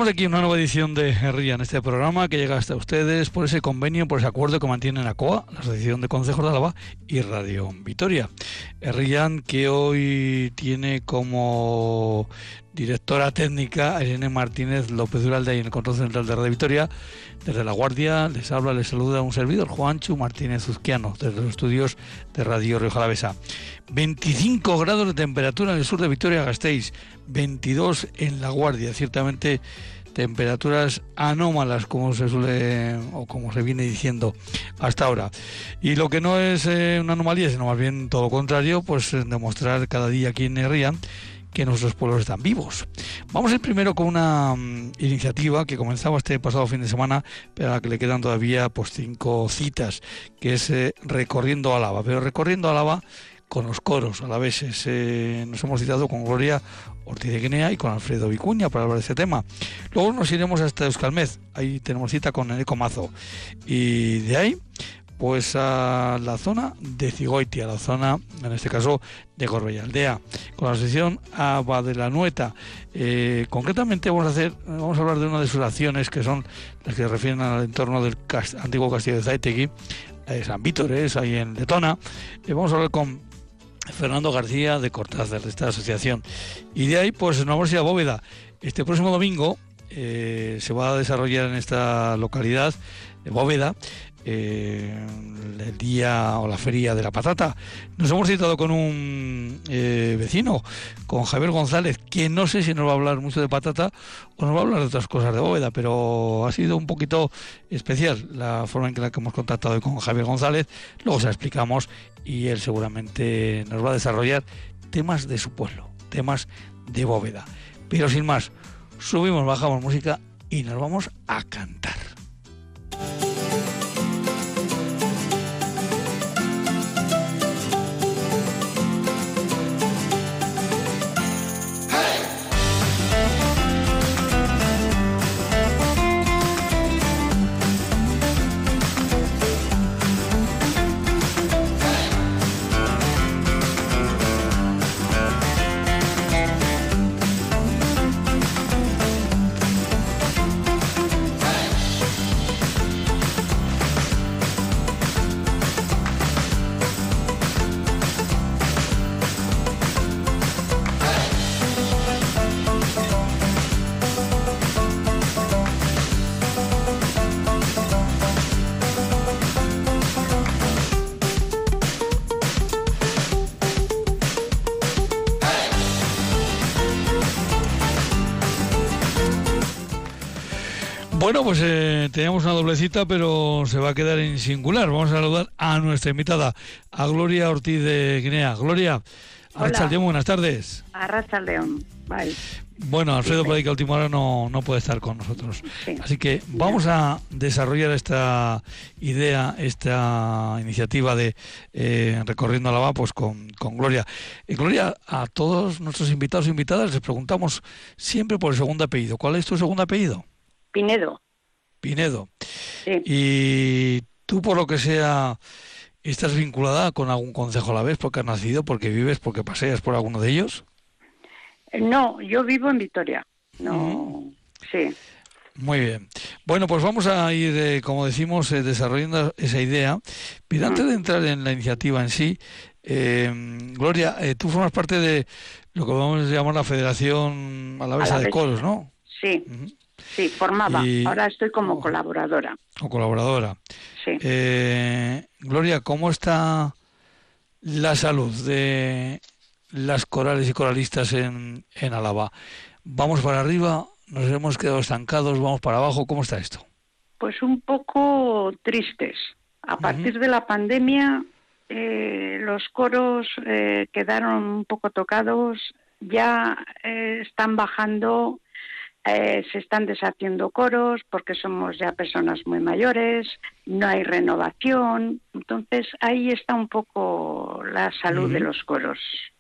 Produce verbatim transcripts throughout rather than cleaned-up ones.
Comenzamos aquí una nueva edición de Herria en este programa que llega hasta ustedes por ese convenio, por ese acuerdo que mantienen ACOA, la Asociación de Concejos de Álava y Radio Vitoria. Herria, que hoy tiene como directora técnica a Irene Martínez López Duralde y en el control central de Radio Vitoria. Desde La Guardia les habla, les saluda un servidor, Juancho Martínez Uzquiano, desde los estudios de Radio Rioja Alavesa. veinticinco grados de temperatura en el sur de Vitoria-Gasteiz, veintidós en La Guardia, ciertamente temperaturas anómalas, como se suele o como se viene diciendo hasta ahora. Y lo que no es eh, una anomalía, sino más bien todo lo contrario, pues demostrar cada día aquí en Herria que nuestros pueblos están vivos. Vamos a ir primero con una um, iniciativa que comenzaba este pasado fin de semana, pero a la que le quedan todavía pues cinco citas, que es eh, Recorriendo Álava, pero Recorriendo Álava con los coros alaveses. Eh, nos hemos citado con Gloria Ortiz de Guinea y con Alfredo Vicuña para hablar de este tema. Luego nos iremos hasta Euskalmez, ahí tenemos cita con Eneko Mazo, y de ahí pues a la zona de Cigoitia, la zona, en este caso, de Gorbellaldea, con la asociación Abadelanueta. Eh, concretamente vamos a hacer, vamos a hablar de una de sus acciones, que son las que se refieren al entorno del cast- antiguo castillo de Zaitegui, eh, San Vítores, ahí en Letona. Eh, vamos a hablar con Fernando García de Cortázar, de esta asociación. Y de ahí, pues nos vamos a ir a Bóveda. Este próximo domingo eh, se va a desarrollar en esta localidad de Bóveda Eh, el día o la feria de la patata. Nos hemos citado con un eh, vecino, con Javier González, que no sé si nos va a hablar mucho de patata o nos va a hablar de otras cosas de Bóveda, pero ha sido un poquito especial la forma en que, la que hemos contactado con Javier González. Luego se la explicamos y él seguramente nos va a desarrollar temas de su pueblo, temas de Bóveda. Pero sin más, subimos, bajamos música y nos vamos a cantar. Bueno, pues eh, teníamos una doblecita, pero se va a quedar en singular. Vamos a saludar a nuestra invitada, a Gloria Ortiz de Guinea. Gloria, Arratsaldeon, buenas tardes. Arratsaldeon, vale. Bueno, Alfredo por ahí que a última hora no, no puede estar con nosotros. Sí. Así que vamos a desarrollar esta idea, esta iniciativa de eh, Recorriendo Álava, pues con, con Gloria. Eh, Gloria, a todos nuestros invitados e invitadas les preguntamos siempre por el segundo apellido. ¿Cuál es tu segundo apellido? Pinedo. Pinedo. Sí. Y tú, por lo que sea, ¿estás vinculada con algún concejo a la vez? ¿Porque has nacido, porque vives, porque paseas por alguno de ellos? No, yo vivo en Vitoria. No, Mm. sí. Muy bien. Bueno, pues vamos a ir, eh, como decimos, eh, desarrollando esa idea. Pero antes de entrar en la iniciativa en sí, eh, Gloria, eh, tú formas parte de lo que vamos a llamar la Federación Alavesa de Coros, ¿no? Sí, Uh-huh. sí, formaba. Y- Ahora estoy como oh. colaboradora. O colaboradora. Sí. Eh, Gloria, ¿cómo está la salud de las corales y coralistas en, en Álava? ¿Vamos para arriba? ¿Nos hemos quedado estancados? ¿Vamos para abajo? ¿Cómo está esto? Pues un poco tristes. A partir de la pandemia, eh, los coros eh, quedaron un poco tocados. Ya eh, están bajando. Eh, se están deshaciendo coros porque somos ya personas muy mayores, no hay renovación, entonces ahí está un poco la salud Uh-huh. de los coros.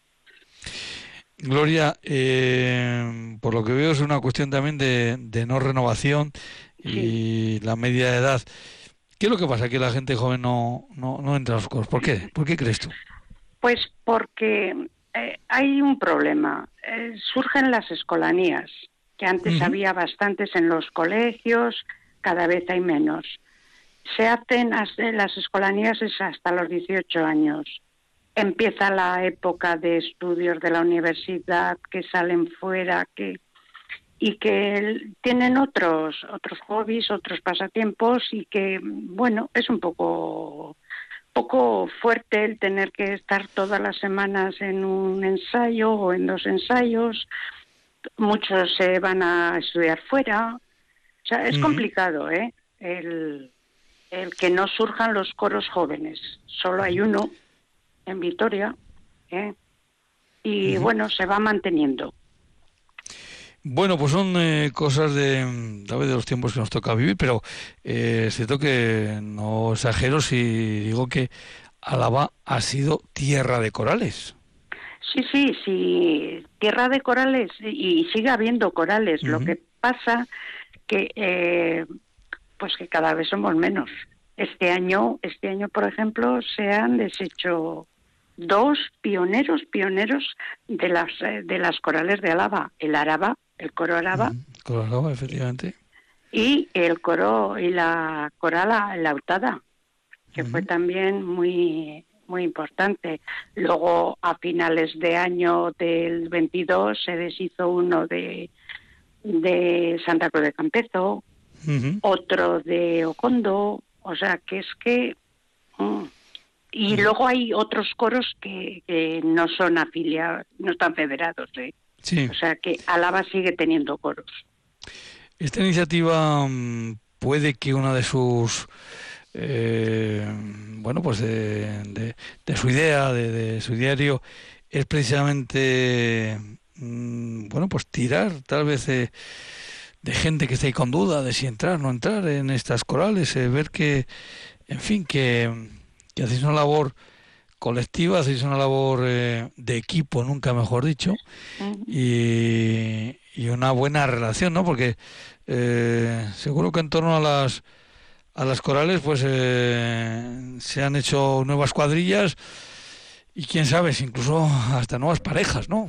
Gloria, eh, por lo que veo es una cuestión también de, de no renovación y Sí. la media de edad. ¿Qué es lo que pasa? Que la gente joven no, no, no entra a los coros. ¿Por qué? ¿Por qué crees tú? Pues porque eh, hay un problema. Eh, surgen las escolanías que antes Uh-huh. había bastantes en los colegios, cada vez hay menos. Se hacen las escolanías es hasta los dieciocho años. Empieza la época de estudios de la universidad, que salen fuera, que y que tienen otros otros hobbies, otros pasatiempos, y que, bueno, es un poco poco fuerte el tener que estar todas las semanas en un ensayo o en dos ensayos. Muchos se van a estudiar fuera. O sea, es uh-huh. complicado, ¿eh? El, el que no surjan los coros jóvenes. Solo hay uno en Vitoria, ¿eh? Y uh-huh. bueno, se va manteniendo. Bueno, pues son eh, cosas de, de los tiempos que nos toca vivir, pero eh, es cierto que no exagero si digo que Álava ha sido tierra de corales. Sí, sí, sí, tierra de corales, y sigue habiendo corales. Uh-huh. Lo que pasa que eh, pues que cada vez somos menos. Este año, este año, por ejemplo, se han deshecho dos pioneros, pioneros de las de las corales de Álava, el Araba, el coro Araba, uh-huh. coro Araba, efectivamente, y el coro y la corala Lautada, que uh-huh. fue también muy muy importante. Luego, a finales de año del veintidós, se deshizo uno de de Santa Cruz de Campezo, uh-huh. otro de Ocondo, o sea, que es que... Mm, y uh-huh. luego hay otros coros que, que no son afiliados, no están federados, ¿eh? Sí. O sea, que Álava sigue teniendo coros. Esta iniciativa puede que una de sus... Eh, bueno, pues de, de, de su idea, de, de su diario, es precisamente... bueno, pues tirar tal vez de, de gente que esté ahí con duda de si entrar o no entrar en estas corales, eh, ver que, en fin, que, que hacéis una labor colectiva, hacéis una labor eh, de equipo, nunca mejor dicho, uh-huh. y, y una buena relación, ¿no? Porque eh, seguro que en torno a las a las corales pues eh, se han hecho nuevas cuadrillas. Y quién sabe, si incluso hasta nuevas parejas, ¿no?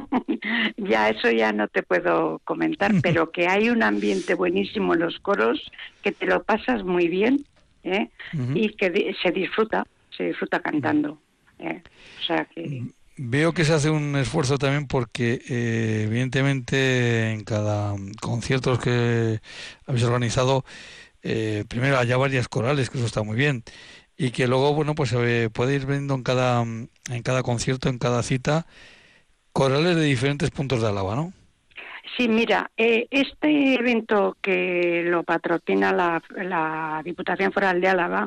Ya, eso ya no te puedo comentar, pero que hay un ambiente buenísimo en los coros, que te lo pasas muy bien, ¿eh? Uh-huh. Y que di- se disfruta, se disfruta cantando, ¿eh? O sea que... Veo que se hace un esfuerzo también porque, eh, evidentemente, en cada concierto que habéis organizado, eh, primero haya varias corales, que eso está muy bien. Y que luego, bueno, pues se puede ir viendo en cada en cada concierto, en cada cita, corales de diferentes puntos de Álava, ¿no? Sí, mira, eh, este evento que lo patrocina la, la Diputación Foral de Álava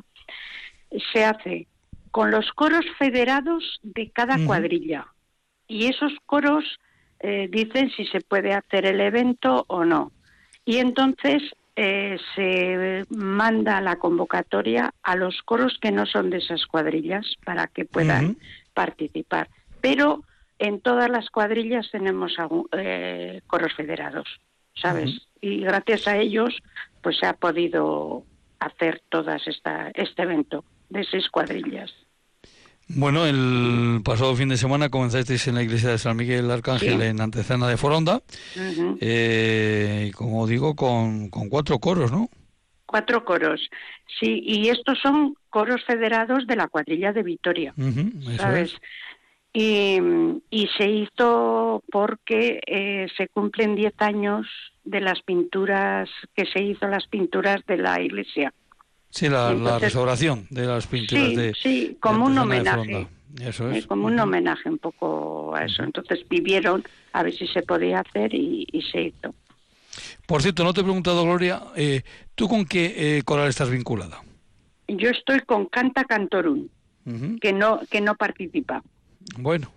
se hace con los coros federados de cada uh-huh. cuadrilla. Y esos coros eh, dicen si se puede hacer el evento o no. Y entonces... Eh, se manda la convocatoria a los coros que no son de esas cuadrillas para que puedan uh-huh. participar. Pero en todas las cuadrillas tenemos eh, coros federados, ¿sabes? Uh-huh. Y gracias a ellos pues se ha podido hacer todas esta, este evento de seis cuadrillas. Bueno, el pasado fin de semana comenzasteis en la iglesia de San Miguel Arcángel, sí. en Antecena de Foronda, uh-huh. eh, como digo, con, con cuatro coros, ¿no? Cuatro coros, sí, y estos son coros federados de la cuadrilla de Vitoria, uh-huh, ¿sabes? Es. Y, y se hizo porque eh, se cumplen diez años de las pinturas, que se hizo las pinturas de la iglesia. Sí, la, Entonces, la restauración de las pinturas sí, de sí, como de un homenaje. Eso es. Eh, como un homenaje un poco a eso. Uh-huh. Entonces pidieron a ver si se podía hacer y, y se hizo. Por cierto, no te he preguntado, Gloria, eh, ¿tú con qué eh, coral estás vinculada? Yo estoy con Canta Cantorum, uh-huh. que no que no participa. Bueno.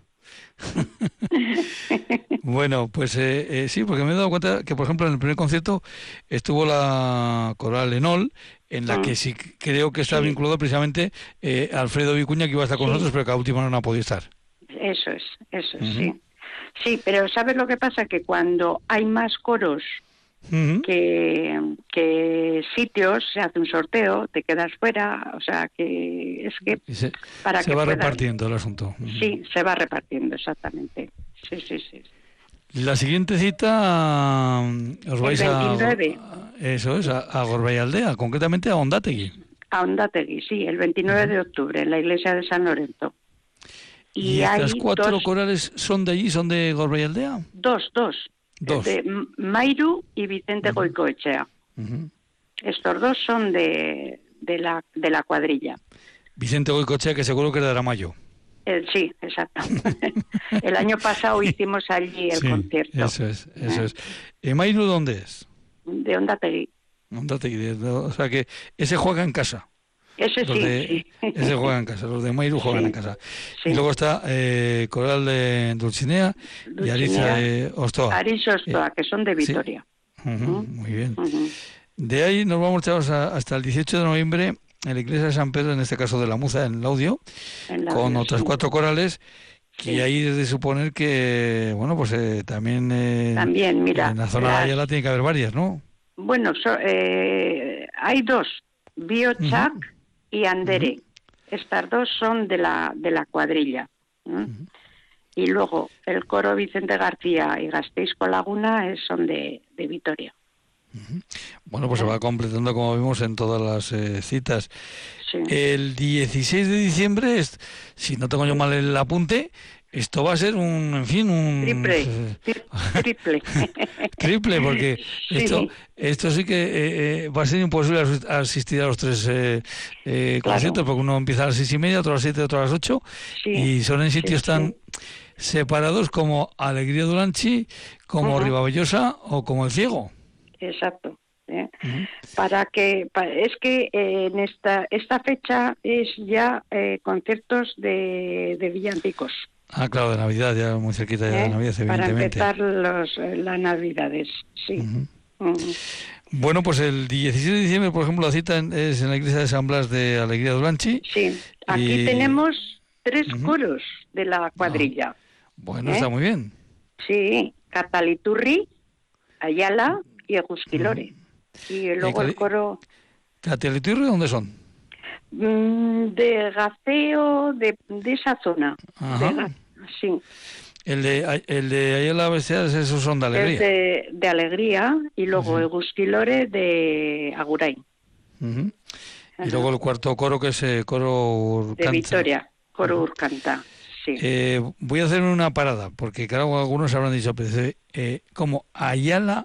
Bueno, pues eh, eh, sí, porque me he dado cuenta que, por ejemplo, en el primer concierto estuvo la coral Enol, en la uh-huh. que sí creo que está sí. vinculado precisamente eh, Alfredo Vicuña, que iba a estar con sí. nosotros, pero que a última no ha podido estar. Eso es, eso es, uh-huh. sí. Sí, pero ¿sabes lo que pasa? Que cuando hay más coros uh-huh. que, que sitios, se hace un sorteo, te quedas fuera, o sea que es que se, para se que va puedan... repartiendo el asunto. Uh-huh. Sí, se va repartiendo, exactamente. Sí, sí, sí. La siguiente cita mm, os vais El a, veintinueve. a- eso es, a, a Gorballaldea, concretamente a Ondátegui. A Ondátegui, sí, el veintinueve de octubre, en la iglesia de San Lorenzo. ¿Y Y estas hay cuatro dos, corales son de allí, son de Gorballaldea? dos, dos, Dos. de M- Mairu y Vicente Ujú. Goicoechea. Ujú. Estos dos son de, de, la, de la cuadrilla. Vicente Goicoechea, que seguro que era de Aramayo. Eh, sí, exacto. El año pasado hicimos allí el Sí, concierto. eso es, eso ¿eh? es. ¿Emairu dónde es? De Ondátegui. Ondátegui, de- o sea que ese juega en casa. Ese Los sí, de, sí. ese juega en casa, los de Mairu juegan Sí, en casa. sí. Y luego está eh, Coral de Dulcinea y Ariza Dulcinea, de Ostoa. Aris Ostoa, que son de sí. Vitoria. Ujú, ¿Mm? muy bien. Ujú. De ahí nos vamos, chavos, a- hasta el dieciocho de noviembre en la iglesia de San Pedro, en este caso de la Muza, en Laudio, En la con Dios, otras sí. cuatro corales, que Sí. ahí es de suponer que, bueno, pues eh, también eh, También, mira, en la zona de las- Ayala tiene que haber varias, ¿no? bueno, so- eh, hay dos, Biochac Ujú. y Andere. Estas dos son de la de la cuadrilla. ¿eh? Y luego el coro Vicente García y Gasteizco Laguna es- son de, de Vitoria. Bueno, pues se va completando, como vimos, en todas las eh, citas. Sí. El dieciséis de diciembre, es- si no tengo yo mal el apunte, esto va a ser un, en fin, un... Triple, eh, tri- triple. triple, porque Sí. esto esto sí que eh, eh, va a ser imposible asis- asistir a los tres eh, eh, Claro. conciertos, porque uno empieza a las seis y media, otro a las siete, otro a las ocho, Sí, y son en sitios sí, tan sí. separados como Alegría de Ulanchi, como Ujú. Ribavellosa o como El Ciego. Exacto. ¿eh? Ujú. Para que pa- es que eh, en esta esta fecha es ya eh, conciertos de, de villancicos. Ah, claro, de Navidad, ya muy cerquita ya de ¿eh? Navidad, Para evidentemente. empezar los, eh, las navidades, sí. Ujú. Ujú. Bueno, pues el dieciséis de diciembre, por ejemplo, la cita en- es en la iglesia de San Blas de Alegría de Ulanchi. Sí, aquí Y- tenemos tres Ujú. coros de la cuadrilla. Bueno, ¿Eh? está muy bien. Sí, Cataliturri, Ayala y Egusquilore. Y luego Cali- el coro ¿Cateliturri dónde son? mm, de Gaceo, de, de esa zona. Ajá. De Ga- sí, El de, Ay- el de Ayala Beceas, esos son de es Alegría. de, de Alegría y luego Sí. Egusquilore de Agurain, Ujú. Y Ajá. luego el cuarto coro, que es eh, coro de Urcanza. Vitoria, coro Urcanta. Sí, Eh, voy a hacer una parada, porque claro, algunos habrán dicho, pero, eh, eh, como Ayala,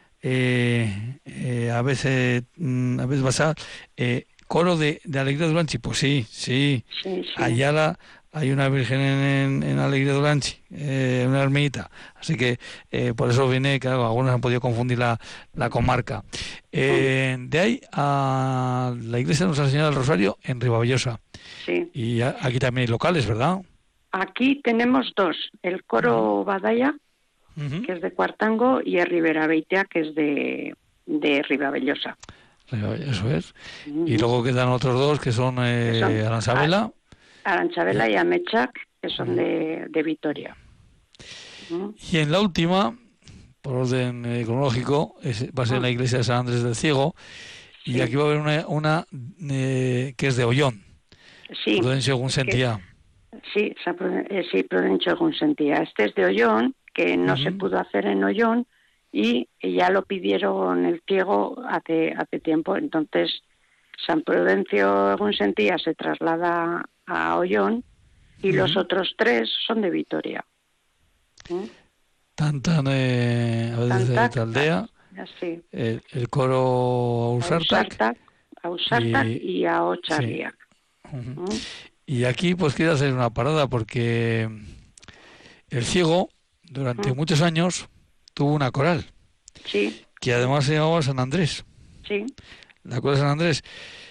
eh, eh, a veces, mm, a veces basada, eh, coro de, de Alegría de Ulanchi, pues sí, sí, sí, sí. Ayala hay una virgen en, en Alegría de Ulanchi, eh, una ermita, así que eh, por eso viene, claro, algunos han podido confundir la, la comarca. Eh, de ahí a la iglesia de Nuestra Señora del Rosario en Ribavellosa, sí. y a- aquí también hay locales, ¿verdad? Aquí tenemos dos, el coro Badaya, Ujú. que es de Cuartango, y el Ribera Beitea, que es de, de Ribavellosa. Eso es. Y luego quedan otros dos que son eh, Que son Aransabela. Aranchabela y Amechac, que son de, de Vitoria. ¿Mm? Y en la última, por orden eh, cronológico, es- va a ser en la iglesia de San Andrés del Ciego. Y Sí. aquí va a haber una, una eh, que es de Ollón, Sí, Prudencio Gunsentía. sí, San Pruden- eh, sí, Prudencio Gunsentía. Este es de Ollón, que no Ujú. se pudo hacer en Ollón y ya lo pidieron el ciego hace hace tiempo. Entonces, San Prudencio Gunsentía se traslada a Ollón y los Ujú. otros tres son de Vitoria. ¿Mm? Tantan, eh, a veces de Tantac, Taldea, Así. el, el coro Ausartac. Ausartac, Ausartac y- y a Ocharriac. Ujú. ¿Mm? Y aquí pues quiero hacer una parada porque el Ciego durante Ujú. muchos años tuvo una coral Sí, que además se llamaba San Andrés, sí. la coral de San Andrés.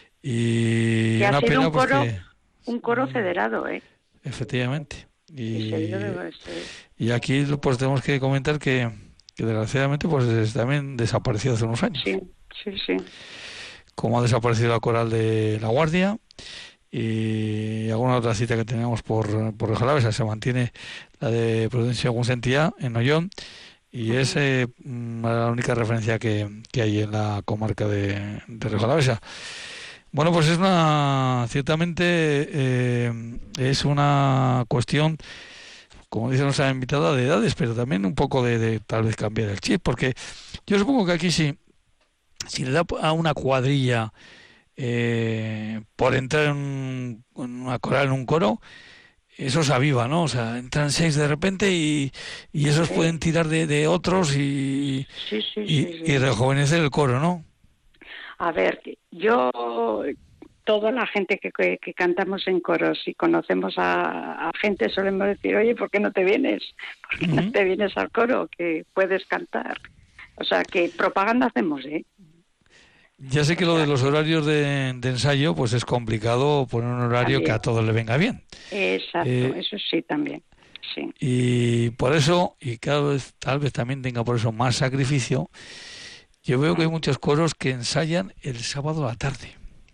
Y Que ha una sido pena un pues coro, que un coro federado, ¿eh? efectivamente. Y, Ese debe ser. y aquí pues tenemos que comentar que, que desgraciadamente pues es- también desapareció hace unos años. Sí, sí, sí. Como ha desaparecido la coral de La Guardia y alguna otra cita que teníamos por, por Rioja Alavesa, se mantiene la de Prudencio Gunsentía en Ollón y es eh, mm, la única referencia que, que hay en la comarca de, de Rioja Alavesa. Bueno, pues es una, ciertamente eh, es una cuestión como dice nuestra invitada, de edades, pero también un poco de, de tal vez cambiar el chip, porque yo supongo que aquí sí, si le da a una cuadrilla eh, por entrar en, un, en una coral, en un coro, eso se aviva, ¿no? O sea, entran seis de repente y, y esos Sí. pueden tirar de, de otros y, Sí, sí, y, sí, sí. y rejuvenecer el coro, ¿no? A ver, yo, toda la gente que, que, que cantamos en coros y conocemos a, a gente, solemos decir, oye, ¿por qué no te vienes? ¿Por qué Uh-huh. no te vienes al coro? Que puedes cantar. O sea, que propaganda hacemos, ¿eh? Ya sé que O lo sea, de los horarios de, de ensayo, pues es complicado poner un horario que también. a todos le venga bien. Exacto, Eh, eso sí también, sí. y por eso, y cada vez, tal vez también tenga por eso más sacrificio, yo veo que hay muchos coros que ensayan el sábado a la tarde.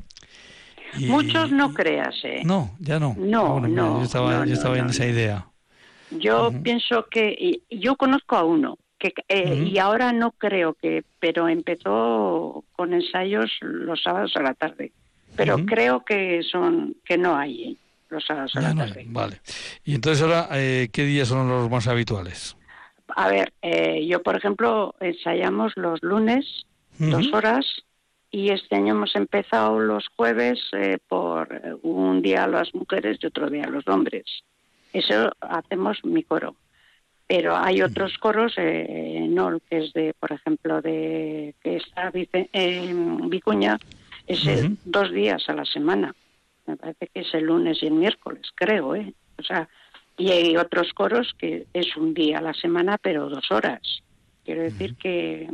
Y, Muchos no y- creas, ¿eh? no, ya no. Ah, No, bueno, mira, yo no, estaba, no, yo no, estaba en no, esa no. idea. Yo Ujú, pienso que, y- yo conozco a uno, que eh, ujú, y ahora no creo que, pero empezó con ensayos los sábados a la tarde. Pero ujú. creo que son, que no hay ¿eh? Los sábados a Ya la no hay, tarde. vale. Y entonces ahora, eh, ¿qué días son los más habituales? A ver, eh, yo por ejemplo ensayamos los lunes dos Ujú, horas y este año hemos empezado los jueves eh, por eh, un día a las mujeres y otro día a los hombres. Eso hacemos mi coro. Pero hay otros coros, eh, no, que es de, por ejemplo, de que está Vice, eh, Vicuña, es eh, ujú. dos días a la semana. Me parece que es el lunes y el miércoles, creo, ¿eh? O sea, y hay otros coros que es un día a la semana, pero dos horas. Quiero decir que,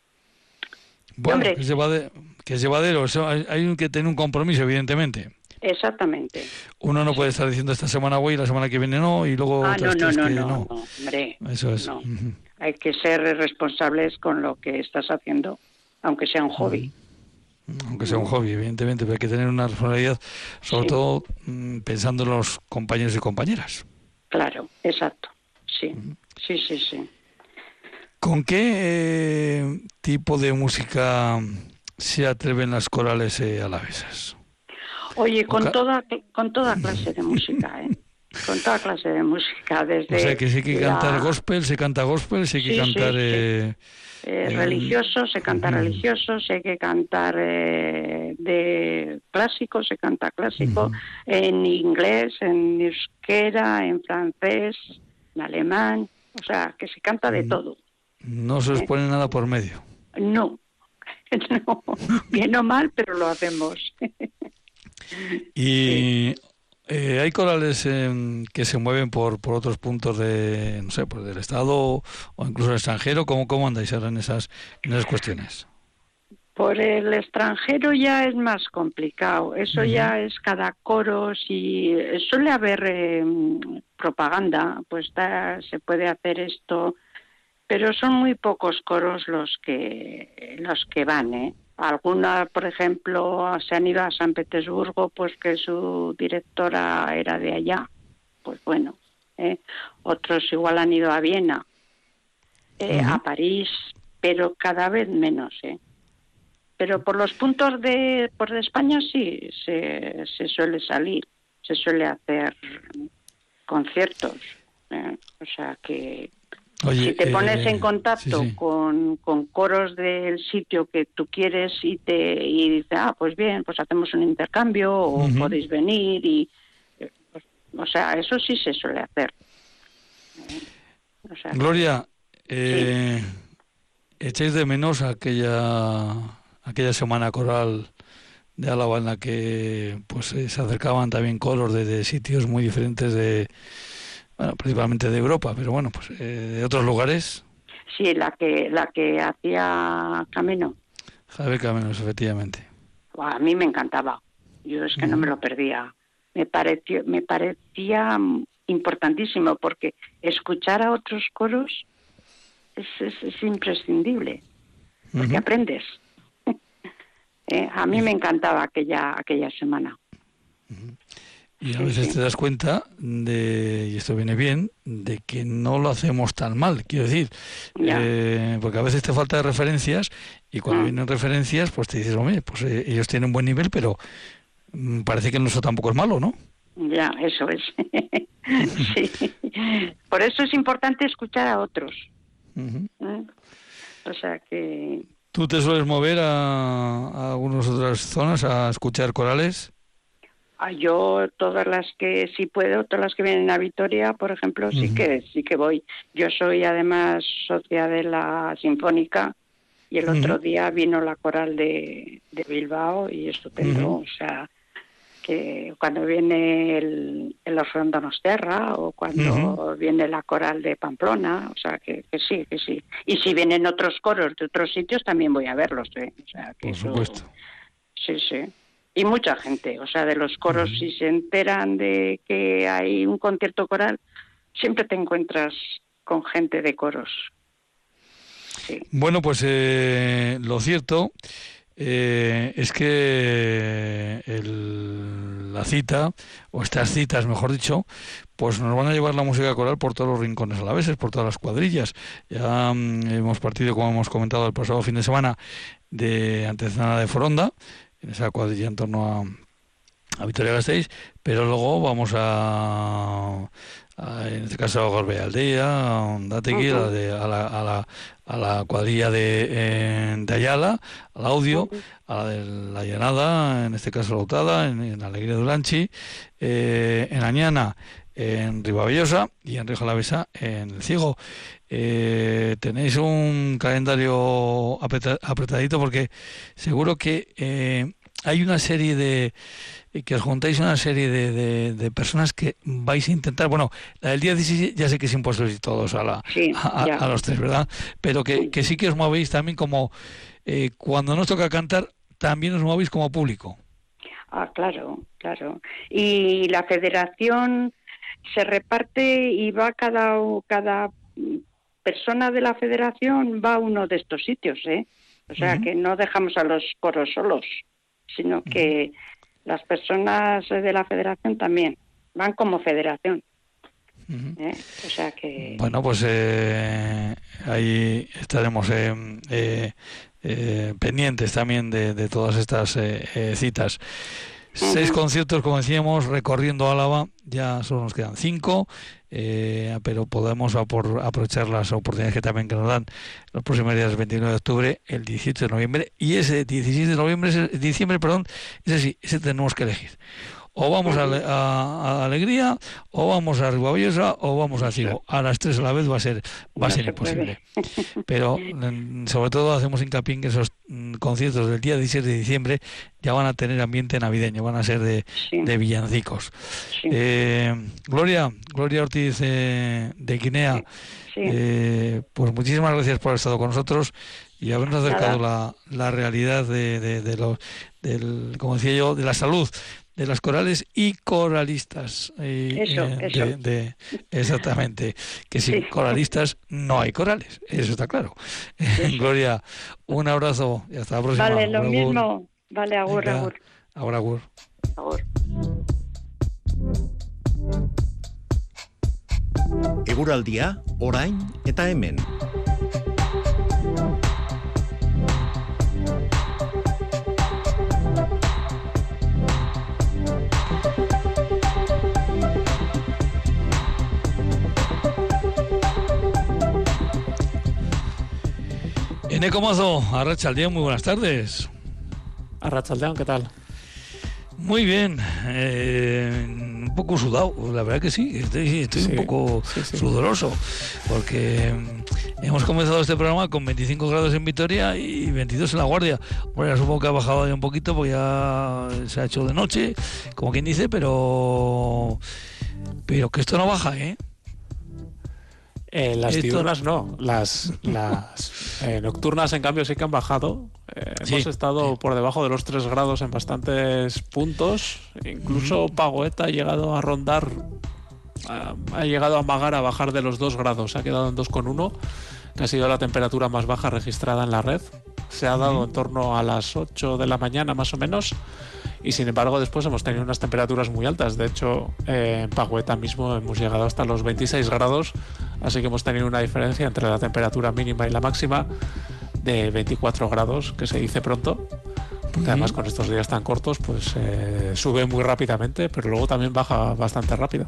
que, Bueno, hombre, que es llevadero, que es llevadero. Eso hay, hay que tener un compromiso, evidentemente. exactamente, Uno no puede sí. estar diciendo esta semana voy y la semana que viene no, y luego Ah, no, otras no, tres no, que no, no. no, hombre, Eso es. no. Ujú, Hay que ser responsables con lo que estás haciendo, aunque sea un hobby. ujú. Aunque sea un hobby, evidentemente, pero hay que tener una responsabilidad, sobre Sí. todo mm, pensando en los compañeros y compañeras. Claro, exacto. Sí, sí, sí, sí. ¿Con qué eh, tipo de música se atreven las corales eh, alavesas? Oye, O, con ca- toda con toda clase de música, ¿eh? Con toda clase de música, o sea, desde que si hay que cantar la... gospel, se canta gospel, si hay que Sí, cantar... sí, sí. Eh, Eh, eh, religioso, se canta ujú, religioso, se hay que cantar eh, de clásico, se canta clásico, ujú. en inglés, en euskera, en francés, en alemán, o sea, que se canta de todo. No se os ¿eh? pone nada por medio. No, no, bien o mal, pero lo hacemos. Sí. Y eh, hay corales em, que se mueven por, por otros puntos de, no sé, pues del estado o incluso el extranjero. ¿Cómo, cómo andáis ahora en esas, en esas cuestiones? Por el extranjero ya es más complicado. Eso Ujú, ya es cada coro. Si suele haber eh, propaganda, pues está, se puede hacer esto, pero son muy pocos coros los que los que van, ¿eh? Alguna, por ejemplo, se han ido a San Petersburgo, pues que su directora era de allá. Pues bueno, ¿eh? Otros igual han ido a Viena, eh, a ujú. París, pero cada vez menos, ¿eh? Pero por los puntos de por de España sí se, se suele salir, se suele hacer conciertos. ¿eh? O sea que si Oye, te pones en eh, sí, contacto sí. con, con coros del sitio que tú quieres y te y dices, ah, pues bien, pues hacemos un intercambio o Ujú. podéis venir y eh, pues, o sea, eso sí se suele hacer. ¿eh? O sea que Gloria, sí. eh, ¿echáis de menos aquella, aquella semana coral de Álava en la que pues eh, se acercaban también coros de, de sitios muy diferentes de, bueno, principalmente de Europa, pero bueno, pues eh, de otros lugares? Sí, la que la que hacía Camino. Javier Caminos, efectivamente. A mí me encantaba. Yo es que no me Ujú, lo perdía. Me pareció, me parecía mm, importantísimo porque escuchar a otros coros es, es, es imprescindible, porque ujú. aprendes. Eh, a mí me Y, encantaba aquella aquella semana. y a Sí, veces sí. te das cuenta de, y esto viene bien, de que no lo hacemos tan mal, quiero decir, Ya. eh, porque a veces te falta de referencias y cuando Mm. vienen referencias, pues te dices, hombre, pues eh, ellos tienen buen nivel, pero mm, parece que el nuestro tampoco es malo, ¿no? Ya, eso es. Sí. Por eso es importante escuchar a otros. Uh-huh. ¿Eh? O sea que... ¿Tú te sueles mover a, a algunas otras zonas a escuchar corales? Ah, yo todas las que sí puedo, todas las que vienen a Vitoria, por ejemplo, uh-huh. sí que sí que voy. Yo soy además socia de la Sinfónica y el uh-huh. otro día vino la coral de, de Bilbao y estupendo. Uh-huh. O sea, que cuando viene el, el Orfeón Donostiarra o cuando uh-huh. viene la coral de Pamplona, o sea, que, que sí, que sí. Y si vienen otros coros de otros sitios, también voy a verlos, ¿eh? O sea, que por supuesto. Eso, sí, sí. Y mucha gente, o sea, de los coros, uh-huh. si se enteran de que hay un concierto coral, siempre te encuentras con gente de coros. Sí. Bueno, pues eh, lo cierto eh, es que el, la cita, o estas citas, mejor dicho, pues nos van a llevar la música coral por todos los rincones alaveses, por todas las cuadrillas. Ya um, hemos partido, como hemos comentado el pasado fin de semana, de Antezana de Foronda, en esa cuadrilla en torno a, a Vitoria-Gasteiz, pero luego vamos a, a en este caso a Gorbea-Aldea, a Ondategui, uh-huh. a, de, a, la, a, la, a la cuadrilla de, en, de Ayala, al Audio, uh-huh. a la de la Llanada, en este caso Lautada, en, en Alegría de Ulanchi, eh, en Añana, en Ribavellosa y en Rioja Alavesa, en El Ciego. Eh, tenéis un calendario apretadito porque seguro que eh, hay una serie de que os juntáis una serie de, de, de personas que vais a intentar, bueno, la del día dieciséis ya sé que es imposible ir todos a la sí, a, a los tres, ¿verdad? Pero que, que sí que os movéis también como eh, cuando nos toca cantar, también os movéis como público. Ah, claro, claro. Y la federación se reparte y va cada cada persona de la federación va a uno de estos sitios, ¿eh? O sea, uh-huh. que no dejamos a los coros solos, sino uh-huh. que las personas de la federación también van como federación. Uh-huh. ¿Eh? O sea que... Bueno, pues eh, ahí estaremos eh, eh, eh, pendientes también de, de todas estas eh, eh, citas. Uh-huh. Seis conciertos, como decíamos, recorriendo Álava, ya solo nos quedan cinco, eh, pero podemos apor, aprovechar las oportunidades que también que nos dan los próximos días, el veintinueve de octubre, el dieciocho de noviembre, y ese dieciséis de noviembre, ese, diciembre, perdón, ese sí, ese tenemos que elegir. O vamos a, a, a Alegría, o vamos a Ribavellosa, o vamos a Cigo. A las tres a la vez va a ser va a ser imposible. Pero sobre todo hacemos hincapié en que esos conciertos del día diecisiete de diciembre ya van a tener ambiente navideño, van a ser de, sí. de villancicos. Sí. Eh, Gloria, Gloria Ortiz eh, de Guinea, sí. Sí. Eh, pues muchísimas gracias por haber estado con nosotros y habernos acercado la, la realidad de, de, de los, del, como decía yo, de la salud de las corales y coralistas. Eh, eso, eh, eso. De, de, exactamente. Que sin sí. coralistas no hay corales. Eso está claro. Sí. Gloria, un abrazo y hasta la próxima. Vale, lo agur, mismo. Agur. Vale, agur, Venga, agur. Agur, agur. Agur. Eguraldia, orain eta hemen. Eneco Mozo, Arratsaldeon, muy buenas tardes. Arratsaldeon, ¿qué tal? Muy bien, eh, un poco sudado, la verdad que sí, estoy, estoy sí, un poco sí, sí. sudoroso, porque hemos comenzado este programa con veinticinco grados en Vitoria y veintidós en La Guardia. Bueno, supongo que ha bajado ya un poquito, porque ya se ha hecho de noche, como quien dice, pero pero que esto no baja, ¿eh? Eh, las Esto... diurnas no, las, las eh, nocturnas en cambio sí que han bajado. Eh, sí, hemos estado sí. por debajo de los tres grados en bastantes puntos. Incluso uh-huh. Pagoeta ha llegado a rondar, ha, ha llegado a amagar a bajar de los dos grados. Ha quedado en dos coma uno, que ha sido la temperatura más baja registrada en la red. Se ha dado uh-huh. en torno a las ocho de la mañana más o menos. Y sin embargo después hemos tenido unas temperaturas muy altas. De hecho, eh, en Pagoeta mismo hemos llegado hasta los veintiséis grados, así que hemos tenido una diferencia entre la temperatura mínima y la máxima de veinticuatro grados, que se dice pronto, porque además con estos días tan cortos pues eh, sube muy rápidamente, pero luego también baja bastante rápido.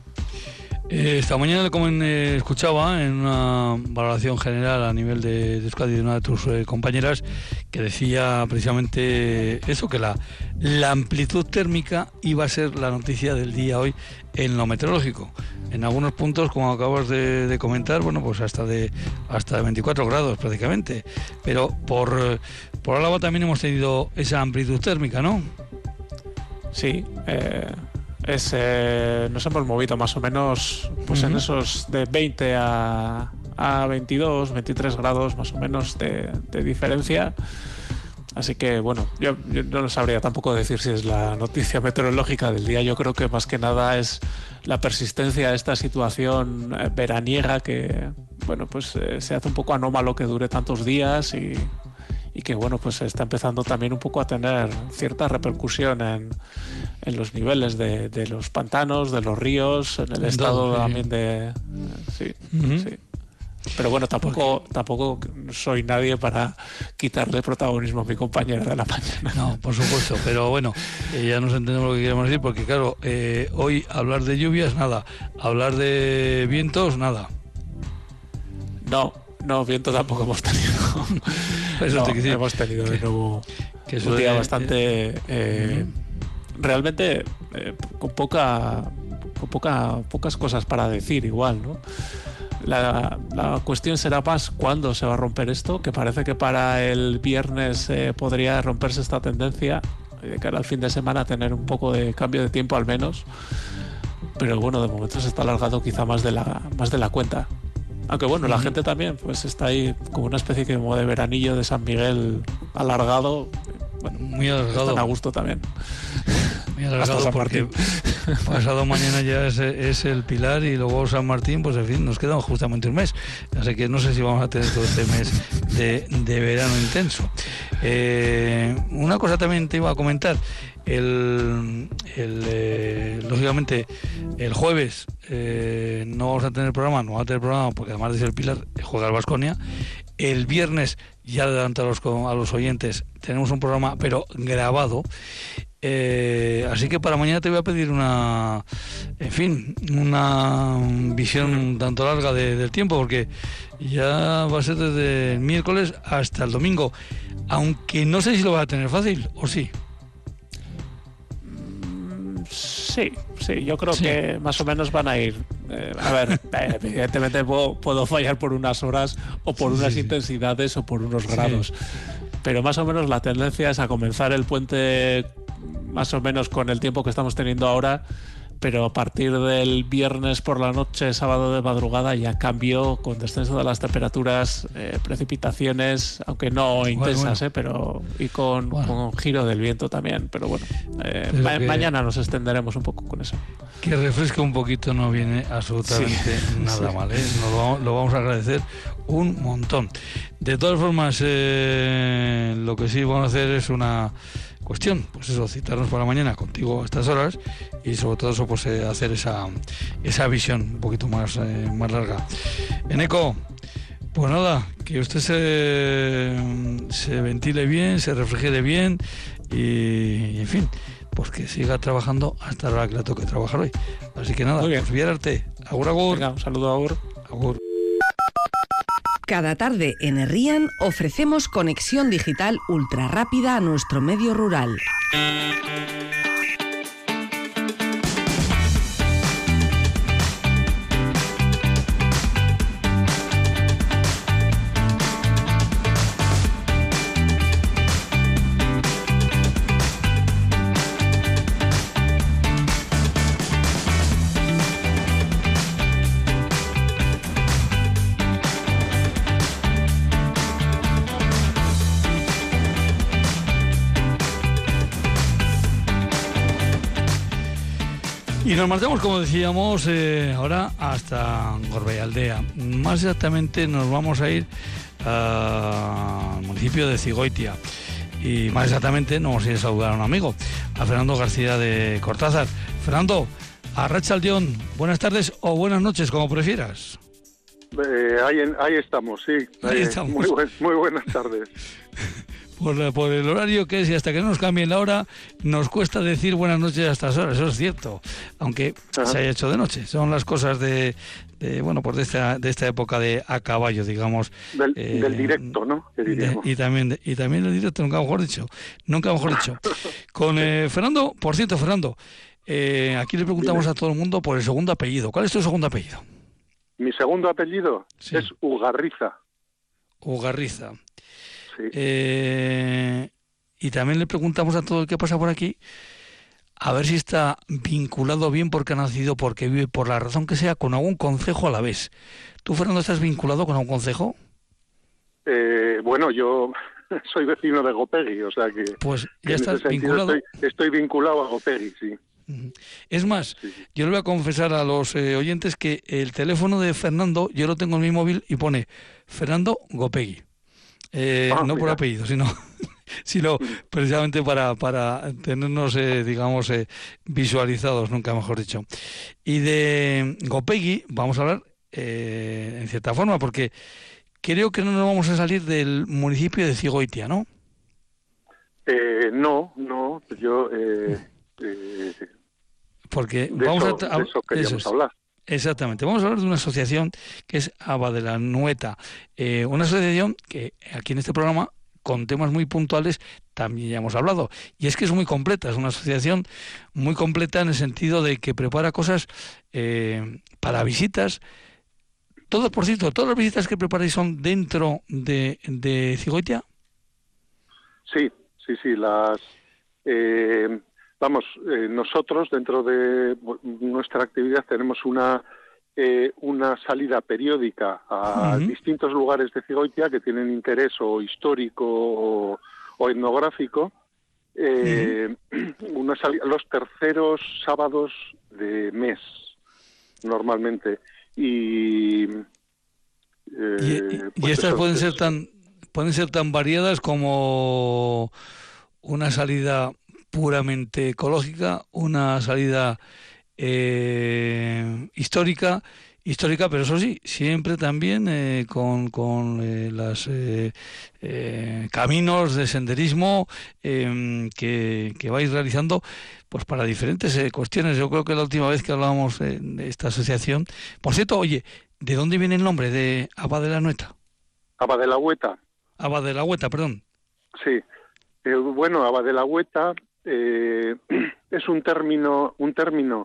Eh, esta mañana, como eh, escuchaba en una valoración general a nivel de, de Euskadi de una de tus eh, compañeras, que decía precisamente eso, que la, la amplitud térmica iba a ser la noticia del día hoy en lo meteorológico. En algunos puntos, como acabas de, de comentar, bueno, pues hasta de hasta de veinticuatro grados prácticamente. Pero por, por Álava también hemos tenido esa amplitud térmica, ¿no? Sí, eh... Es, eh, nos hemos movido más o menos pues uh-huh. en esos de veinte a, a veintidós, veintitrés grados más o menos de, de diferencia. Así que bueno, yo, yo no sabría tampoco decir si es la noticia meteorológica del día. Yo creo que más que nada es la persistencia de esta situación eh, veraniega que bueno pues eh, se hace un poco anómalo que dure tantos días y y que bueno pues está empezando también un poco a tener cierta repercusión en, en los niveles de, de los pantanos, de los ríos, en el estado también de sí, uh-huh. sí. Pero bueno, tampoco tampoco soy nadie para quitarle protagonismo a mi compañera de la mañana. No, por supuesto, pero bueno, eh, ya nos entendemos lo que queremos decir, porque claro, eh, hoy hablar de lluvias, nada, hablar de vientos, nada. No, no, viento tampoco hemos tenido. Eso no, te decir, hemos tenido de nuevo que, que un día de, bastante eh, uh-huh. realmente eh, con poca con poca pocas cosas para decir igual, ¿no? La, la cuestión será más cuándo se va a romper esto, que parece que para el viernes eh, podría romperse esta tendencia de cara al fin de semana, tener un poco de cambio de tiempo al menos, pero bueno, de momento se está alargando quizá más de la más de la cuenta. Aunque bueno, la gente también pues está ahí como una especie como de veranillo de San Miguel alargado. Bueno, muy alargado. Están a gusto también. Muy alargado porque pasado mañana ya es, es el Pilar y luego San Martín, pues en fin, nos queda justamente un mes. Así que no sé si vamos a tener todo este mes de, de verano intenso. Eh, una cosa también te iba a comentar. El, el eh, lógicamente el jueves eh, no vamos a tener programa, no vamos a tener programa porque además de ser el Pilar juega el Baskonia. El viernes, ya adelanto a los, a los oyentes, tenemos un programa pero grabado. Eh, así que para mañana te voy a pedir una, en fin, una visión tanto larga de, del tiempo, porque ya va a ser desde el miércoles hasta el domingo, aunque no sé si lo vas a tener fácil o sí. Sí, sí, yo creo sí. que más o menos van a ir. Eh, a ver, evidentemente puedo, puedo fallar por unas horas o por unas sí, intensidades sí. o por unos grados, sí. pero más o menos la tendencia es a comenzar el puente más o menos con el tiempo que estamos teniendo ahora, pero a partir del viernes por la noche, sábado de madrugada, ya cambio con descenso de las temperaturas, eh, precipitaciones, aunque no intensas, bueno, bueno. Eh, pero y con, bueno. con giro del viento también. Pero bueno, eh, ma- que, mañana nos extenderemos un poco con eso. Que refresque un poquito no viene absolutamente sí. nada sí. mal, ¿eh? Nos lo, lo vamos a agradecer un montón. De todas formas, eh, lo que sí vamos a hacer es una cuestión, pues eso, citarnos para mañana contigo a estas horas y sobre todo eso, pues eh, hacer esa esa visión un poquito más eh, más larga. Eneco, pues nada, que usted se, se ventile bien, se refrigere bien y, y en fin, pues que siga trabajando hasta la hora que le toque trabajar hoy. Así que nada, pues viérarte. Agur, agur. Venga, un saludo, agur. Agur. Cada tarde en Herrian ofrecemos conexión digital ultra rápida a nuestro medio rural. Y nos marchamos, como decíamos, eh, ahora hasta Gorbeialdea. Más exactamente nos vamos a ir uh, al municipio de Zigoitia. Y más exactamente nos vamos a ir a saludar a un amigo, a Fernando García de Cortázar. Fernando, arratsaldeon, buenas tardes o buenas noches, como prefieras. Eh, ahí, en, ahí estamos, sí. Ahí eh, estamos. Muy, buen, muy buenas tardes. por, la, por el horario que es, y hasta que no nos cambien la hora, nos cuesta decir buenas noches a estas horas, eso es cierto, aunque Ajá. se haya hecho de noche. Son las cosas de, de bueno, pues de esta, de esta época de a caballo, digamos. Del, eh, del directo, ¿no? De, y también de, y también del directo, nunca mejor dicho, nunca mejor dicho. Con eh, Fernando, por cierto, Fernando, eh, aquí le preguntamos Dime. a todo el mundo por el segundo apellido. ¿Cuál es tu segundo apellido? Mi segundo apellido sí. es Ugarriza. Ugarriza. Sí. Eh, y también le preguntamos a todo el que pasa por aquí a ver si está vinculado bien porque ha nacido, porque vive, por la razón que sea, con algún concejo a la vez. ¿Tú, Fernando, estás vinculado con algún concejo? Eh, bueno, yo soy vecino de Gopegui, o sea que... Pues ya estás vinculado. Estoy, estoy vinculado a Gopegui, sí. Es más, sí, sí. yo le voy a confesar a los eh, oyentes que el teléfono de Fernando, yo lo tengo en mi móvil y pone Fernando Gopegui. Eh, ah, no mira. por apellido, sino, sino precisamente para, para tenernos, eh, digamos, eh, visualizados, nunca mejor dicho. Y de Gopegui vamos a hablar eh, en cierta forma, porque creo que no nos vamos a salir del municipio de Cigoitia, ¿no? Eh, no, no, yo... Eh, eh, porque de vamos eso, a, de eso queríamos eso es. hablar. Exactamente, vamos a hablar de una asociación que es Aba de la Nueta, eh, una asociación que aquí en este programa, con temas muy puntuales, también ya hemos hablado, y es que es muy completa, es una asociación muy completa en el sentido de que prepara cosas eh, para visitas. Todas, por cierto, todas las visitas que preparáis son dentro de, de Cigoitia. Sí, sí, sí, las... Eh, Vamos, eh, nosotros dentro de nuestra actividad tenemos una eh, una salida periódica a uh-huh. distintos lugares de Cigoitia que tienen interés o histórico o, o etnográfico. Eh, uh-huh. una salida, los terceros sábados de mes, normalmente. Y, eh, y, pues y estas eso, pueden ser tan pueden ser tan variadas como una salida puramente ecológica, una salida eh, histórica, histórica, pero eso sí, siempre también eh, con, con eh, los eh, eh, caminos de senderismo eh, que, que vais realizando pues para diferentes eh, cuestiones. Yo creo que la última vez que hablábamos eh, de esta asociación... Por cierto, oye, ¿de dónde viene el nombre de Aba de la Nueta? Aba de la Hueta. Aba de la Hueta, perdón. Sí. Eh, bueno, Aba de la Hueta... Eh, es un término un término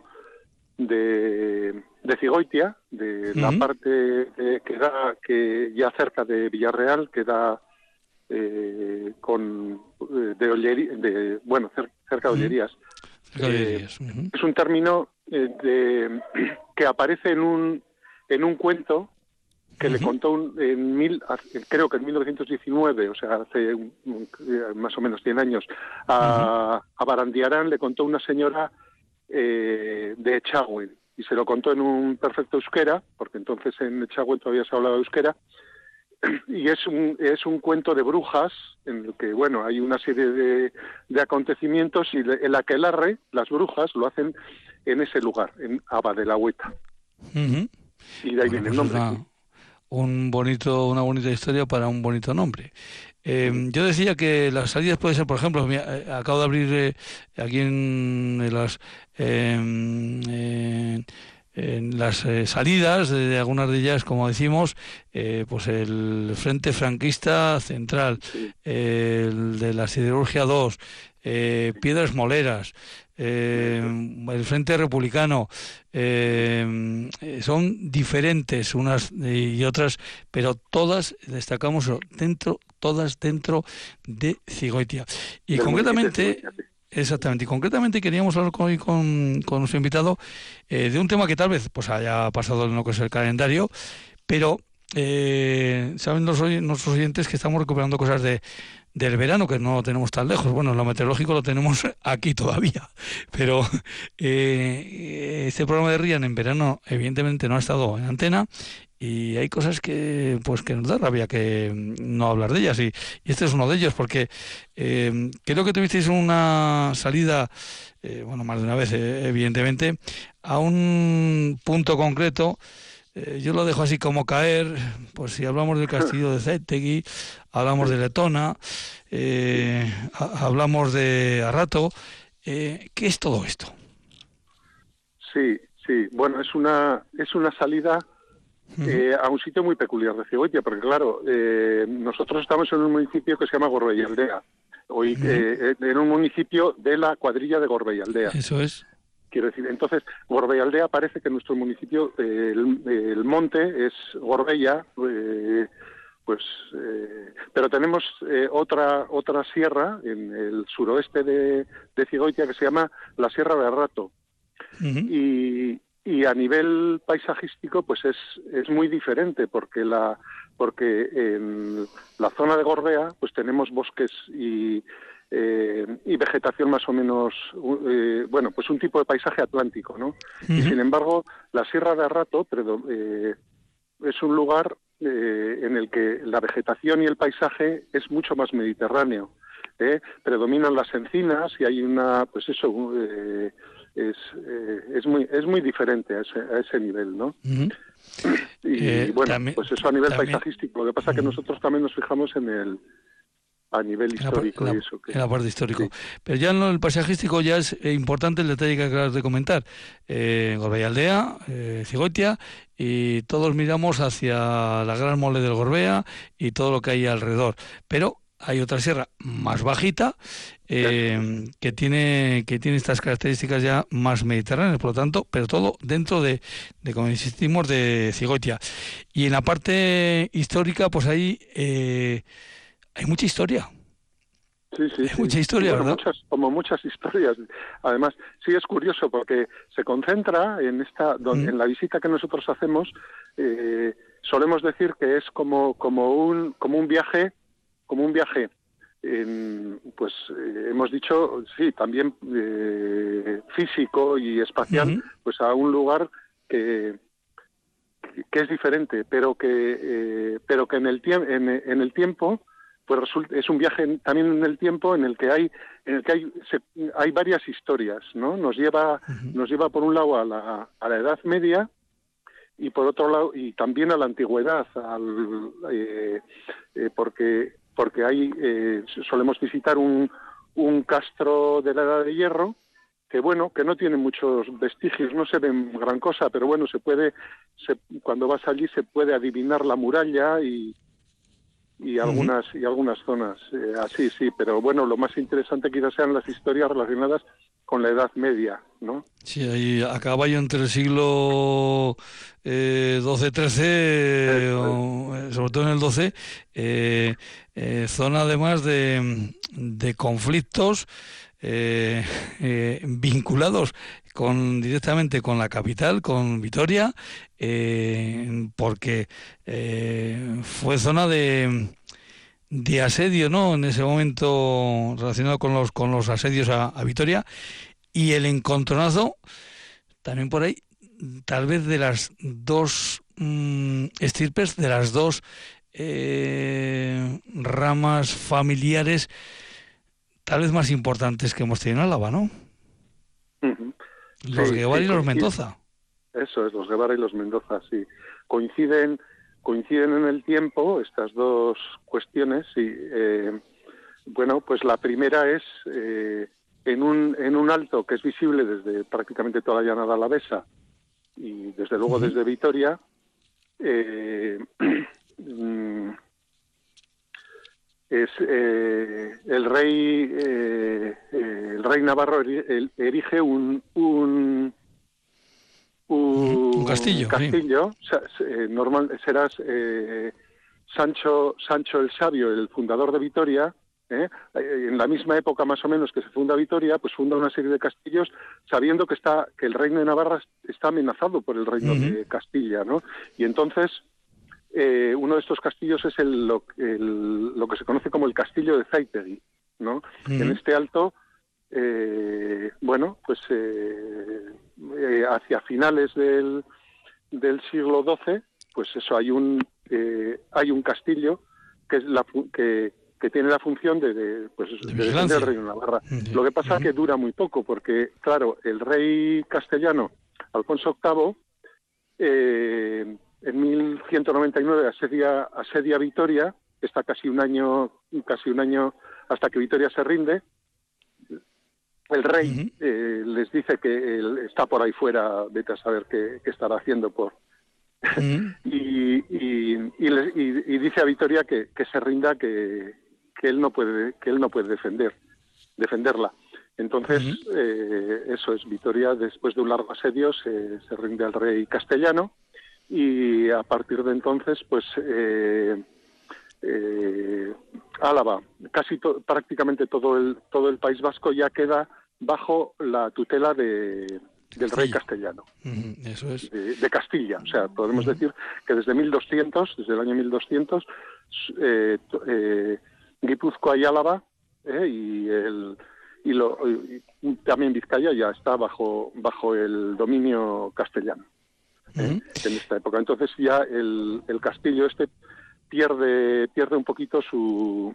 de, de Cigoitia, de uh-huh. la parte eh, que da que ya cerca de Villarreal, que da eh, con de, Ollería, de bueno cer, cerca de Ollerías. Uh-huh. Eh, uh-huh. Es un término eh, de, que aparece en un en un cuento que uh-huh. le contó un, en mil, creo que en mil novecientos diecinueve, o sea, hace un, un, más o menos cien años, a, uh-huh. a Barandiarán le contó una señora eh, de Echagüen, y se lo contó en un perfecto euskera, porque entonces en Echagüen todavía se hablaba euskera, y es un, es un cuento de brujas, en el que, bueno, hay una serie de, de acontecimientos, y el aquelarre, las brujas, lo hacen en ese lugar, en Aba de la Hueta. Uh-huh. Y de ahí viene el nombre. Una... un bonito una bonita historia para un bonito nombre. Eh, yo decía que las salidas pueden ser, por ejemplo, mira, acabo de abrir eh, aquí en, en las eh, en, en las eh, salidas de, de algunas de ellas, como decimos, eh, pues el Frente Franquista Central, sí. eh, el de la Siderurgia dos, eh, Piedras Moleras, Eh, el Frente Republicano, eh, son diferentes unas y otras, pero todas, destacamos, dentro todas dentro de Cigoitia. Y concretamente, exactamente, y concretamente queríamos hablar hoy con, con nuestro invitado eh, de un tema que tal vez pues haya pasado en lo que es el calendario, pero eh, saben los, nuestros oyentes que estamos recuperando cosas de del verano, que no lo tenemos tan lejos. Bueno, lo meteorológico lo tenemos aquí todavía, pero eh, este programa de Rian en verano evidentemente no ha estado en antena, y hay cosas que pues que nos da rabia que no hablar de ellas, y, y este es uno de ellos, porque eh, creo que tuvisteis una salida, eh, bueno, más de una vez eh, evidentemente, a un punto concreto eh, yo lo dejo así como caer, pues si hablamos del castillo de Zaitegui, hablamos de Letona, eh, a, hablamos de Arrato, eh, ¿qué es todo esto? Sí, sí, bueno, es una, es una salida eh, a un sitio muy peculiar de Cigoitia, porque claro, eh, nosotros estamos en un municipio que se llama Gorbeialdea, hoy, uh-huh. eh, en un municipio de la cuadrilla de Gorbeialdea. Eso es. Quiero decir, entonces, Gorbeialdea parece que en nuestro municipio eh, el, el monte es Gorbeia, eh, pues, eh, pero tenemos eh, otra otra sierra en el suroeste de, de Cigoitia que se llama la Sierra de Arrato. Uh-huh. y, y a nivel paisajístico pues es, es muy diferente porque la porque en la zona de Gorbea pues tenemos bosques y Eh, y vegetación más o menos, eh, bueno, pues un tipo de paisaje atlántico, ¿no? Uh-huh. Y sin embargo, la Sierra de Arrato eh, es un lugar eh, en el que la vegetación y el paisaje es mucho más mediterráneo. ¿eh? Predominan las encinas y hay una, pues eso, eh, es, eh, es muy es muy diferente a ese, a ese nivel, ¿no? Uh-huh. Y eh, bueno, también, pues eso a nivel también, paisajístico. Lo que pasa es uh-huh. que nosotros también nos fijamos en el a nivel histórico en la, y eso que... en la parte histórico sí. Pero ya en el paisajístico ya es eh, importante el detalle que acabas de comentar. eh, Gorbeialdea, eh, Cigoitia, y todos miramos hacia la gran mole del Gorbea y todo lo que hay alrededor, pero hay otra sierra más bajita eh, que tiene que tiene estas características ya más mediterráneas, por lo tanto, pero todo dentro de, de como insistimos, de Cigoitia. Y en la parte histórica pues ahí eh, hay mucha historia. Sí, sí, hay sí. mucha historia, bueno, ¿verdad? Muchas, como muchas historias. Además, sí es curioso porque se concentra en esta, donde, mm. en la visita que nosotros hacemos, eh, solemos decir que es como como un como un viaje, como un viaje. En, pues eh, hemos dicho, sí, también eh, físico y espacial, mm-hmm. pues a un lugar que que es diferente, pero que eh, pero que en el tiempo en, en el tiempo pues resulta, es un viaje también en el tiempo en el que hay en el que hay se, hay varias historias, ¿no? Nos lleva uh-huh. nos lleva por un lado a la a la Edad Media y por otro lado y también a la antigüedad, al, eh, eh, porque porque hay eh, solemos visitar un un castro de la Edad de Hierro que bueno, que no tiene muchos vestigios, no se ven gran cosa, pero bueno, se puede se, cuando vas allí se puede adivinar la muralla y y algunas uh-huh. y algunas zonas eh, así sí, pero bueno, lo más interesante quizás sean las historias relacionadas con la Edad Media, ¿no? Sí, ahí a caballo entre el siglo eh, doce trece, o, sobre todo en el doce, eh, eh, zona además de, de conflictos eh, eh, vinculados con directamente con la capital, con Vitoria, eh, porque eh, fue zona de, de asedio, ¿no? En ese momento relacionado con los con los asedios a, a Vitoria, y el encontronazo también por ahí, tal vez de las dos mmm, estirpes, de las dos eh, ramas familiares tal vez más importantes que hemos tenido en Álava, ¿no? Uh-huh. Los sí, Guevara sí, y los Mendoza. Eso es, los Guevara y los Mendoza, sí. Coinciden coinciden en el tiempo estas dos cuestiones y, eh, bueno, pues la primera es eh, en un en un alto que es visible desde prácticamente toda la llanada alavesa y desde luego uh-huh. desde Vitoria, eh, es eh, el rey eh, eh, el rey Navarro erige un un un, un castillo, castillo sí. eh, normal serás eh, Sancho Sancho el Sabio, el fundador de Vitoria, eh, en la misma época más o menos que se funda Vitoria, pues funda una serie de castillos sabiendo que está que el reino de Navarra está amenazado por el reino uh-huh. de Castilla, ¿no? Y entonces Eh, uno de estos castillos es el lo, el, lo que se conoce como el castillo de Zaitegui, ¿no? Uh-huh. En este alto, eh, bueno, pues eh, eh, hacia finales del, del siglo doce, pues eso, hay un eh, hay un castillo que es la que, que tiene la función de, de pues de, de defender el reino de Navarra. Uh-huh. Lo que pasa es uh-huh. que dura muy poco, porque claro, el rey castellano Alfonso octavo eh, en mil ciento noventa y nueve asedia, asedia Vitoria, está casi un año, casi un año hasta que Vitoria se rinde. El rey uh-huh. eh, les dice que él está por ahí fuera, vete a saber qué, qué estará haciendo por... Uh-huh. y, y, y, les, y, y dice a Vitoria que, que se rinda, que, que él no puede, que él no puede defender, defenderla. Entonces, uh-huh. eh, eso es, Vitoria, después de un largo asedio, se, se rinde al rey castellano, y a partir de entonces, pues, eh, eh, Álava, casi to, prácticamente todo el, todo el País Vasco ya queda bajo la tutela de, del rey castellano. Uh-huh. Eso es. De, de Castilla. O sea, podemos uh-huh. decir que desde mil doscientos, desde el año mil doscientos, eh, eh, Guipúzcoa y Álava, eh, y el... y, lo, y también Vizcaya ya está bajo bajo el dominio castellano uh-huh. ¿eh? en esta época. Entonces ya el, el castillo este pierde pierde un poquito su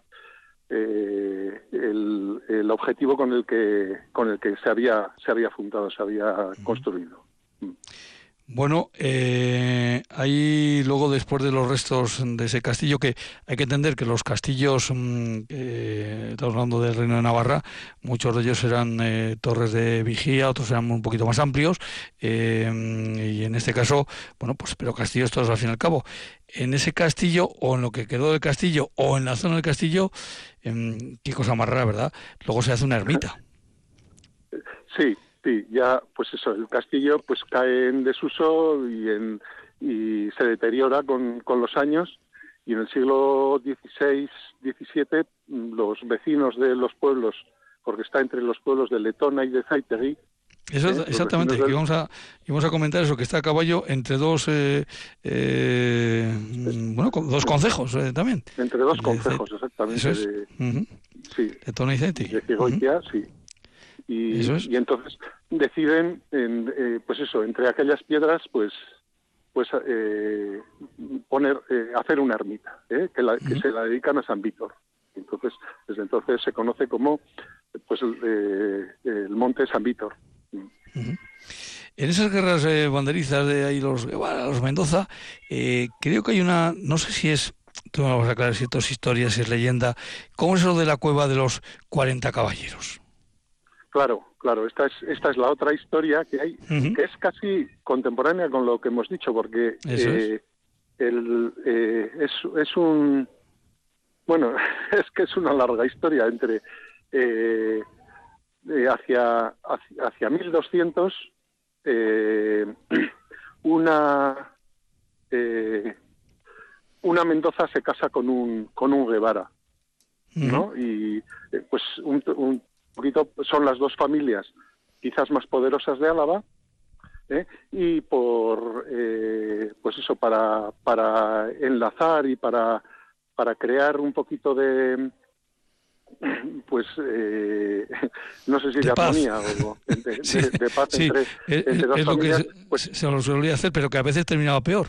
eh, el, el objetivo con el que con el que se había se había fundado, se había uh-huh. construido. Bueno, eh, hay luego, después de los restos de ese castillo, que hay que entender que los castillos, eh, estamos hablando del Reino de Navarra, muchos de ellos eran eh, torres de vigía, otros eran un poquito más amplios, eh, y en este caso, bueno, pues pero castillos todos al fin y al cabo. En ese castillo, o en lo que quedó del castillo, o en la zona del castillo, eh, qué cosa más rara, ¿verdad? Luego se hace una ermita. Sí. Sí, ya, pues eso, el castillo pues cae en desuso y, en, y se deteriora con, con los años, y en el siglo dieciséis diecisiete los vecinos de los pueblos, porque está entre los pueblos de Letona y de Zaitegui. Eso, ¿eh? Exactamente, del... que íbamos a, íbamos a comentar eso, que está a caballo entre dos, eh, eh, bueno, dos concejos eh, también. Entre dos concejos, de, exactamente. Eso es. De, uh-huh. Sí. Letona y Zaitegui. De Cigoitia, uh-huh. sí. Y, ¿Eso es? y entonces deciden, en, eh, pues eso, entre aquellas piedras, pues pues eh, poner, eh, hacer una ermita, ¿eh? que, la, que uh-huh. se la dedican a San Víctor. Entonces, desde entonces se conoce como pues el, eh, el monte San Víctor. Uh-huh. En esas guerras eh, banderizas de ahí los, bueno, los Mendoza, eh, creo que hay una, no sé si es, tú me vas a aclarar si esto es historia, si es leyenda, ¿cómo es lo de la cueva de los cuarenta caballeros? Claro, claro, esta es esta es la otra historia que hay, uh-huh. que es casi contemporánea con lo que hemos dicho, porque eh, es. El, eh, es, es un... Bueno, es que es una larga historia entre... Eh, eh, hacia, hacia, hacia mil doscientos, eh, una... Eh, una Mendoza se casa con un con un Guevara, uh-huh. ¿no? Y eh, pues un... un poquito son las dos familias quizás más poderosas de Álava, ¿eh? y por eh, pues eso para para enlazar y para para crear un poquito de pues eh, no sé si de, de armonía o de, sí, de, de paz sí, entre, es, entre dos es familias, lo que se, pues se lo solía hacer, pero que a veces terminaba peor.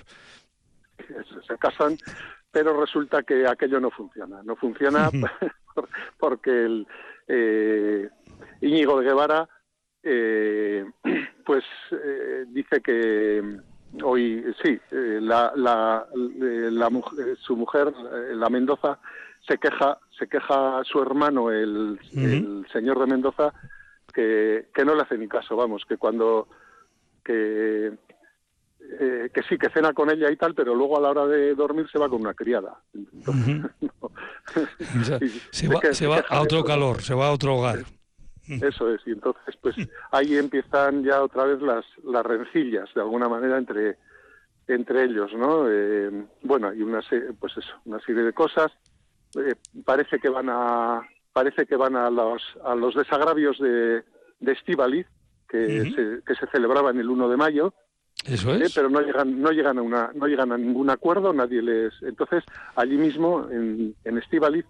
Se casan, pero resulta que aquello no funciona, no funciona porque el eh, Íñigo de Guevara eh, pues eh, dice que hoy sí eh, la, la, la, la su mujer eh, la Mendoza se queja se queja a su hermano el, uh-huh. el señor de Mendoza que, que no le hace ni caso, vamos, que cuando que Eh, que sí, que cena con ella y tal, pero luego a la hora de dormir se va con una criada. Entonces, uh-huh. no. o sea, se va, se va a otro calor, se va a otro hogar. Eso es, y entonces pues ahí empiezan ya otra vez las, las rencillas, de alguna manera, entre entre ellos, ¿no? Eh, bueno, hay una serie, pues eso, una serie de cosas. Eh, parece que van a parece que van a los a los desagravios de, de Estíbaliz, que, uh-huh. se, que se celebraban el uno de mayo. Eso es. Eh, pero no llegan no llegan a una no llegan a ningún acuerdo, nadie les entonces allí mismo en, en Estíbaliz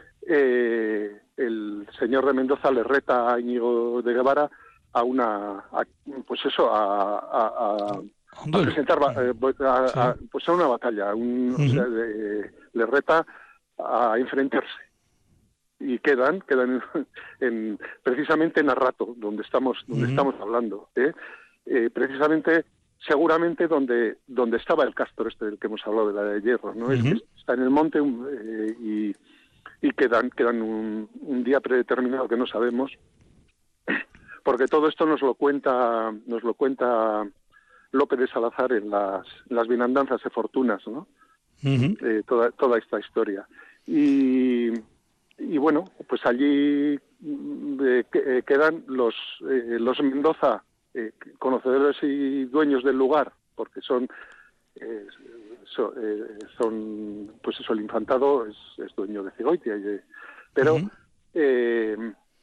eh, el señor de Mendoza le reta a Íñigo de Guevara a una a, pues eso a, a, a, a presentar eh, a, sí. a, pues a una batalla un, uh-huh. o sea, le, le reta a enfrentarse y quedan quedan en, en precisamente en Arrato, donde estamos donde uh-huh. estamos hablando, ¿eh? Eh, precisamente seguramente donde donde estaba el castro este del que hemos hablado, de la de Hierro, ¿no? Uh-huh. Es que está en el monte eh, y, y quedan quedan un, un día predeterminado que no sabemos, porque todo esto nos lo cuenta nos lo cuenta Lope de Salazar en las, en las Bienandanzas de Fortunas, ¿no? Uh-huh. Eh, toda toda esta historia. Y, y bueno, pues allí eh, eh, quedan los eh, los Mendoza, eh, conocedores y dueños del lugar, porque son eh, so, eh, son pues eso, el infantado es, es dueño de Cigoitia, y, pero uh-huh. eh,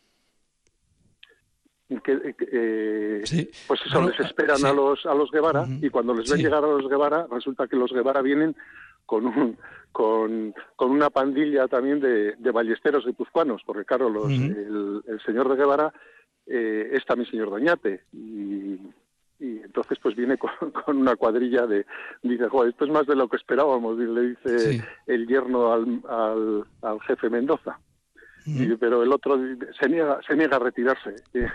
que, eh, sí. pues eso, bueno, les esperan sí. a los a los Guevara, uh-huh. y cuando les ven sí. llegar a los Guevara, resulta que los Guevara vienen con un con, con una pandilla también de, de ballesteros guipuzcoanos, porque claro, los, uh-huh. el, el señor de Guevara eh, es también señor Doñate, y, y entonces pues viene con, con una cuadrilla de, dice, joder, esto es más de lo que esperábamos, y le dice sí. el yerno al, al, al jefe Mendoza. Uh-huh. Y, pero el otro se niega se niega a retirarse.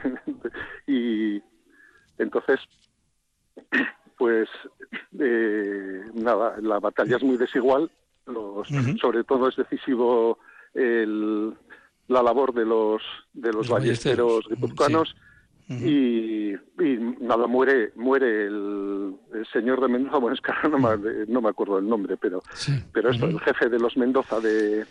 Y entonces pues eh, nada, la batalla es muy desigual, los, uh-huh. sobre todo es decisivo el, la labor de los de los, los ballesteros guipuzcoanos, sí. uh-huh. y, y nada, muere muere el, el señor de Mendoza, bueno, es que ahora no me, no me acuerdo el nombre, pero sí. pero esto, uh-huh. el jefe de los Mendoza de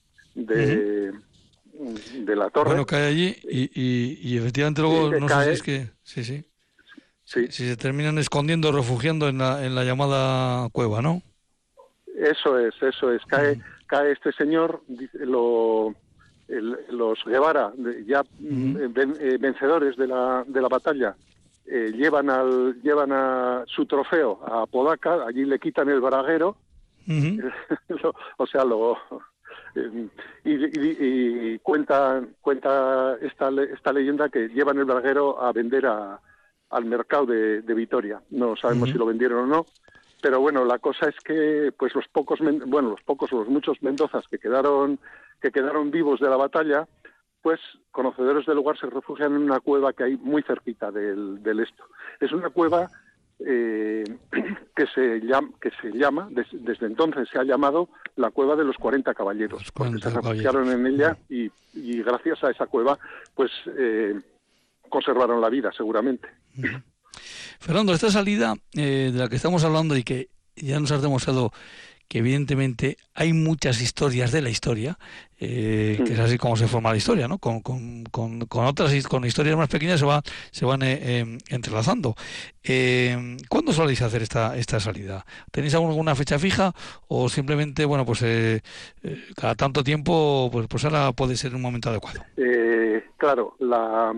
de uh-huh. de la torre. Bueno, cae allí y, y, y efectivamente luego sí, no cae, sé si es que sí, sí. Sí. Si se terminan escondiendo, refugiando en la en la llamada cueva, ¿no? Eso es, eso es. Cae, uh-huh. cae este señor, lo, el, los Guevara, ya uh-huh. ven, eh, vencedores de la de la batalla, eh, llevan al llevan a su trofeo a Podaca, allí le quitan el braguero, uh-huh. lo, o sea, lo eh, y, y, y cuenta cuenta esta esta leyenda que llevan el braguero a vender a al mercado de, de Vitoria. No sabemos uh-huh. si lo vendieron o no, pero bueno, la cosa es que pues los pocos, bueno, los pocos o los muchos Mendozas que quedaron que quedaron vivos de la batalla, pues conocedores del lugar se refugian en una cueva que hay muy cerquita del, del esto. Es una cueva eh, que se llama, que se llama des, desde entonces se ha llamado la cueva de los cuarenta caballeros, los cuarenta porque se refugiaron caballeros. en ella y, y gracias a esa cueva, pues eh, conservaron la vida, seguramente. Uh-huh. Fernando, esta salida eh, de la que estamos hablando y que ya nos has demostrado que evidentemente hay muchas historias de la historia, eh, que es así como se forma la historia, ¿no? Con, con, con, con otras con historias más pequeñas se va se van eh, eh, entrelazando. Eh, ¿Cuándo soléis hacer esta esta salida? ¿Tenéis alguna fecha fija o simplemente, bueno, pues eh, eh, cada tanto tiempo, pues pues ahora puede ser un momento adecuado? Eh, claro, la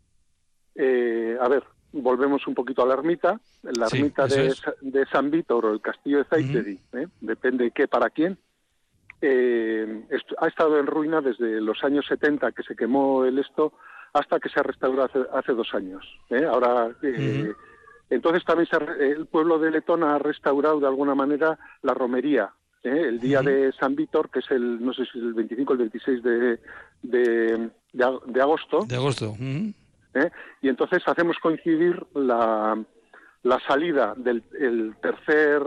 eh, a ver. Volvemos un poquito a la ermita, la sí, ermita de, es. de San Vítor o el castillo de Zaitedi, uh-huh. ¿eh? Depende qué para quién. Eh, esto, ha estado en ruina desde los años setenta, que se quemó el esto, hasta que se ha restaurado hace, hace dos años. ¿eh? Ahora, eh, uh-huh. entonces también se ha, el pueblo de Letón ha restaurado de alguna manera la romería. ¿eh? El día uh-huh. de San Vítor, que es el, no sé si es el veinticinco o el veintiséis de, de, de, de agosto. De agosto. Uh-huh. ¿Eh? Y entonces hacemos coincidir la, la salida del el tercer,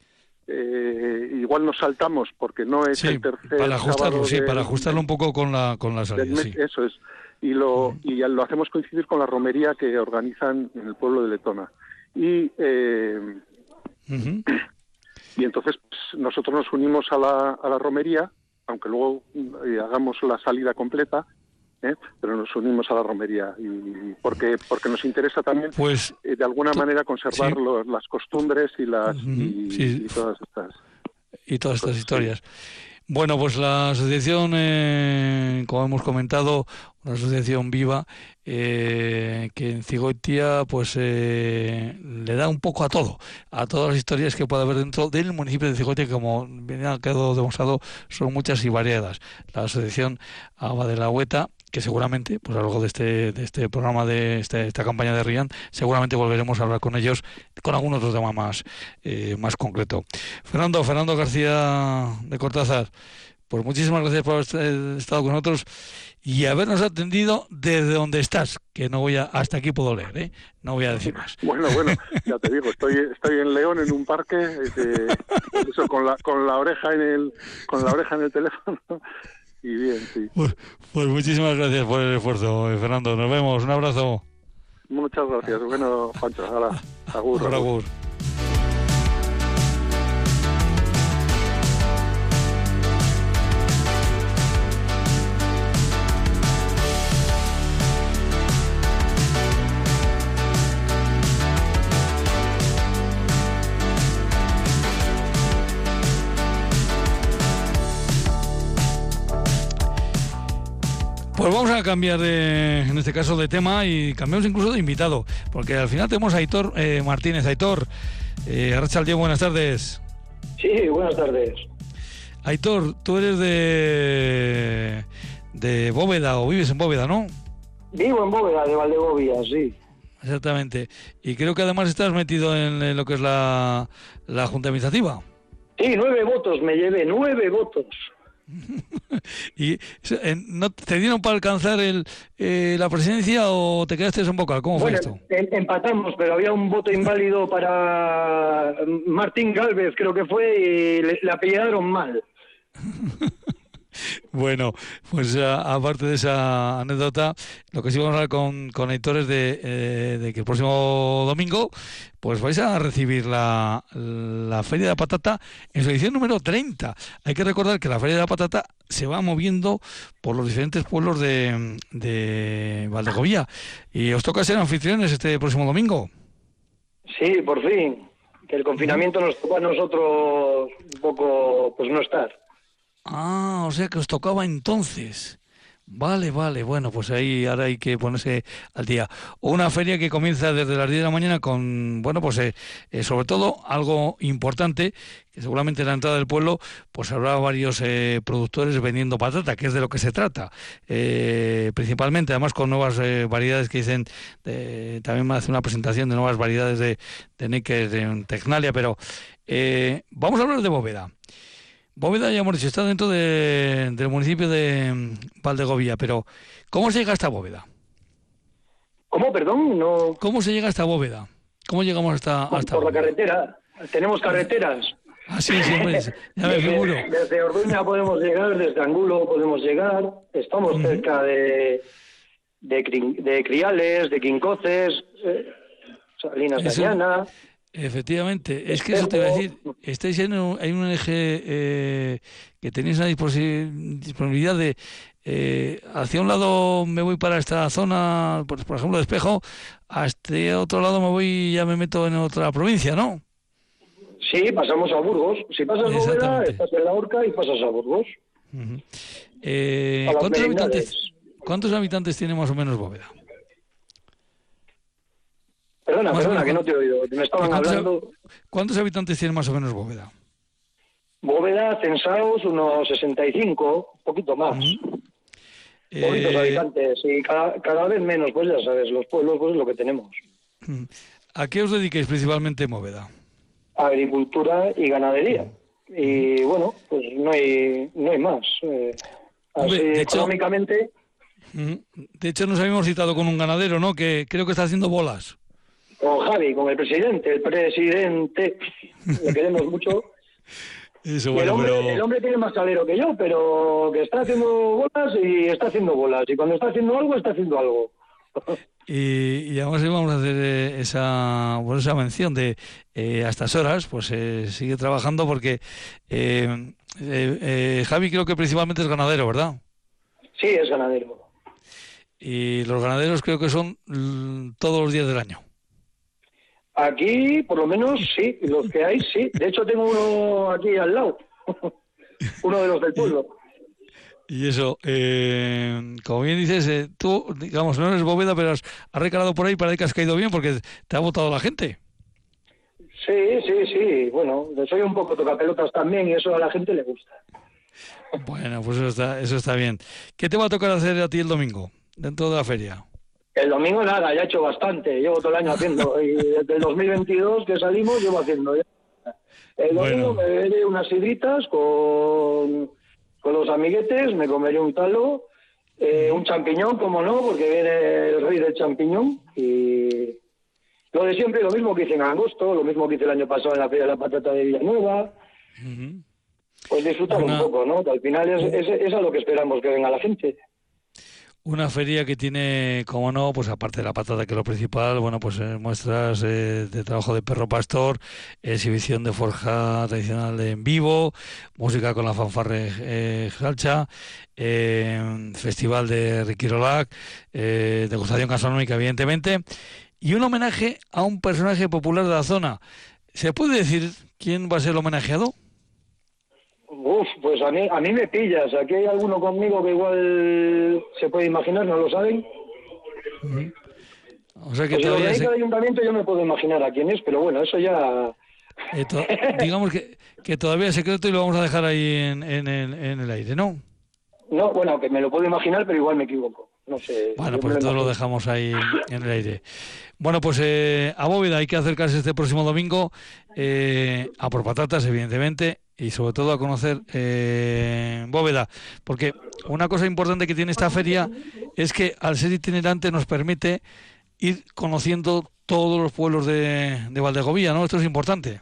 eh, igual nos saltamos porque no es sí, el tercer para ajustarlo, sí, de, para ajustarlo un poco con la con la salida, sí. Eso es, y lo uh-huh. y lo hacemos coincidir con la romería que organizan en el pueblo de Letona. Y eh, uh-huh. y entonces pues, nosotros nos unimos a la, a la romería, aunque luego eh, hagamos la salida completa. ¿Eh? Pero nos unimos a la romería y porque porque nos interesa también pues, eh, de alguna t- manera conservar sí. los, las costumbres y las uh-huh. y, sí. y todas estas y todas estas historias. Sí. Bueno, pues la asociación, eh, como hemos comentado, una asociación viva eh, que en Cigoitia pues eh, le da un poco a todo, a todas las historias que puede haber dentro del municipio de Cigoitia, que como bien ha quedado demostrado son muchas y variadas. La asociación Aba de la Hueta, que seguramente, pues a lo largo de este de este programa, de este, esta campaña de Rian, seguramente volveremos a hablar con ellos, con algún otro tema más, eh, más concreto. Fernando, Fernando García de Cortázar, pues muchísimas gracias por haber estado con nosotros y habernos atendido desde donde estás, que no voy a, hasta aquí puedo leer, ¿eh? No voy a decir más. Bueno, bueno, ya te digo, estoy estoy en León en un parque, eh, eso con la con la oreja en el con la oreja en el teléfono y bien, sí. Pues, pues muchísimas gracias por el esfuerzo, Fernando. Nos vemos, un abrazo. Muchas gracias. Bueno, Pancho, ahora, agur. Agur, agur. Pues vamos a cambiar de, en este caso de tema y cambiamos incluso de invitado, porque al final tenemos a Aitor eh, Martínez. Aitor, eh, Arratsaldeon, buenas tardes. Sí, buenas tardes. Aitor, tú eres de de Bóveda o vives en Bóveda, ¿no? Vivo en Bóveda, de Valdegovia, sí. Exactamente. Y creo que además estás metido en, en lo que es la, la Junta Administrativa. Sí, nueve votos me llevé, nueve votos. ¿Y no te dieron para alcanzar el, eh, la presidencia o te quedaste en vocal? ¿Cómo bueno, fue esto? Em, empatamos, pero había un voto inválido para Martín Gálvez, creo que fue, y le, le apellidaron mal. Bueno, pues a, aparte de esa anécdota, lo que sí vamos a hablar con, con Aitor es de, eh, de que el próximo domingo pues vais a recibir la, la Feria de la Patata en su edición número treinta. Hay que recordar que la Feria de la Patata se va moviendo por los diferentes pueblos de, de Valdegovía y os toca ser anfitriones este próximo domingo. Sí, por fin, que el confinamiento nos tocó a nosotros un poco, pues no estar. Ah, o sea que os tocaba entonces. Vale, vale, bueno, pues ahí ahora hay que ponerse al día. Una feria que comienza desde las diez de la mañana con, bueno, pues eh, eh, sobre todo algo importante, que seguramente en la entrada del pueblo pues habrá varios eh, productores vendiendo patata, que es de lo que se trata, eh, principalmente, además con nuevas eh, variedades que dicen, eh, también me hace una presentación de nuevas variedades de, de Necker, de Tecnalia, pero eh, vamos a hablar de Bóveda. Bóveda, ya hemos dicho, está dentro de, del municipio de Valdegovía, pero ¿cómo se llega hasta Bóveda? ¿Cómo, perdón? No... ¿Cómo se llega hasta Bóveda? ¿Cómo llegamos hasta, por, hasta por Bóveda? la carretera. Tenemos carreteras. Ah, sí, sí, hombre, ya me figuro. Desde, desde Orduña podemos llegar, desde Angulo podemos llegar, estamos uh-huh. cerca de, de, de Criales, de Quincoces, eh, Salinas de Añana... Efectivamente, es que eso te iba a decir, estáis en un, hay un eje eh, que tenéis una disponibilidad de eh, hacia un lado me voy para esta zona, por, por ejemplo de Espejo, hasta otro lado me voy y ya me meto en otra provincia, ¿no? Sí, pasamos a Burgos. Si pasas a Bóveda, estás en la Horca y pasas a Burgos. Uh-huh. eh, a ¿cuántos, habitantes, ¿Cuántos habitantes tiene más o menos Bóveda? Perdona, más perdona, que no te he oído. Me estaban ¿Cuántos, hablando... ¿Cuántos habitantes tiene más o menos Bóveda? Bóveda, censados, unos sesenta y cinco, un poquito más. Uh-huh. Poquitos eh... habitantes, y cada, cada vez menos, pues ya sabes, los pueblos, pues es lo que tenemos. ¿A qué os dedicáis principalmente en Bóveda? Agricultura y ganadería. Y bueno, pues no hay, no hay más. Eh, así, Hombre, de económicamente... Hecho, de hecho, nos habíamos citado con un ganadero, ¿no? Que creo que está haciendo bolas. Con Javi, con el presidente, el presidente, le queremos mucho. Eso, y bueno, el, hombre, pero... el hombre tiene más salero que yo, pero que está haciendo bolas y está haciendo bolas. Y cuando está haciendo algo, está haciendo algo. Y, y además vamos a hacer eh, esa, bueno, esa mención de eh, a estas horas, pues eh, sigue trabajando porque eh, eh, eh, Javi creo que principalmente es ganadero, ¿verdad? Sí, es ganadero. Y los ganaderos creo que son l- todos los días del año. Aquí, por lo menos, sí. Los que hay, sí. De hecho, tengo uno aquí al lado. Uno de los del pueblo. Y eso, eh, como bien dices, eh, tú, digamos, no eres Bóveda, pero has, has recalado por ahí, para que has caído bien porque te ha votado la gente. Sí, sí, sí. Bueno, soy un poco tocapelotas también y eso a la gente le gusta. Bueno, pues eso está, eso está bien. ¿Qué te va a tocar hacer a ti el domingo, dentro de la feria? El domingo nada, ya he hecho bastante. Llevo todo el año haciendo. Y desde el dos mil veintidós que salimos, llevo haciendo ya. El domingo bueno. me beberé unas sidritas con, con los amiguetes, me comeré un talo Eh, un champiñón, como no, porque viene el rey del champiñón. Y lo de siempre, lo mismo que hice en agosto, lo mismo que hice el año pasado en la Feria de la Patata de Villanueva. Uh-huh. Pues disfrutar Una... un poco, ¿no? Que al final es, es, es a lo que esperamos que venga la gente. Una feria que tiene, como no, pues aparte de la patata, que es lo principal, bueno, pues eh, muestras eh, de trabajo de perro pastor, exhibición de forja tradicional en vivo, música con la fanfarre eh, Jalcha, eh, festival de Riquirolac, eh, degustación gastronómica, evidentemente, y un homenaje a un personaje popular de la zona. ¿Se puede decir quién va a ser el homenajeado? Uf, pues a mí, a mí me pillas. Aquí hay alguno conmigo que igual se puede imaginar, ¿no lo saben? Uh-huh. O sea que pues todavía si se... lo del ayuntamiento yo me puedo imaginar a quién es, pero bueno, eso ya... Eh, to... digamos que, que todavía es secreto y lo vamos a dejar ahí en, en, el, en el aire, ¿no? No, bueno, que me lo puedo imaginar, pero igual me equivoco. No sé. Bueno, pues entonces lo dejamos ahí en el aire. Bueno, pues eh, a Bóveda hay que acercarse este próximo domingo eh, a por patatas, evidentemente, y sobre todo a conocer eh, Bóveda, porque una cosa importante que tiene esta feria es que al ser itinerante nos permite ir conociendo todos los pueblos de, de Valdegovía, ¿no? Esto es importante.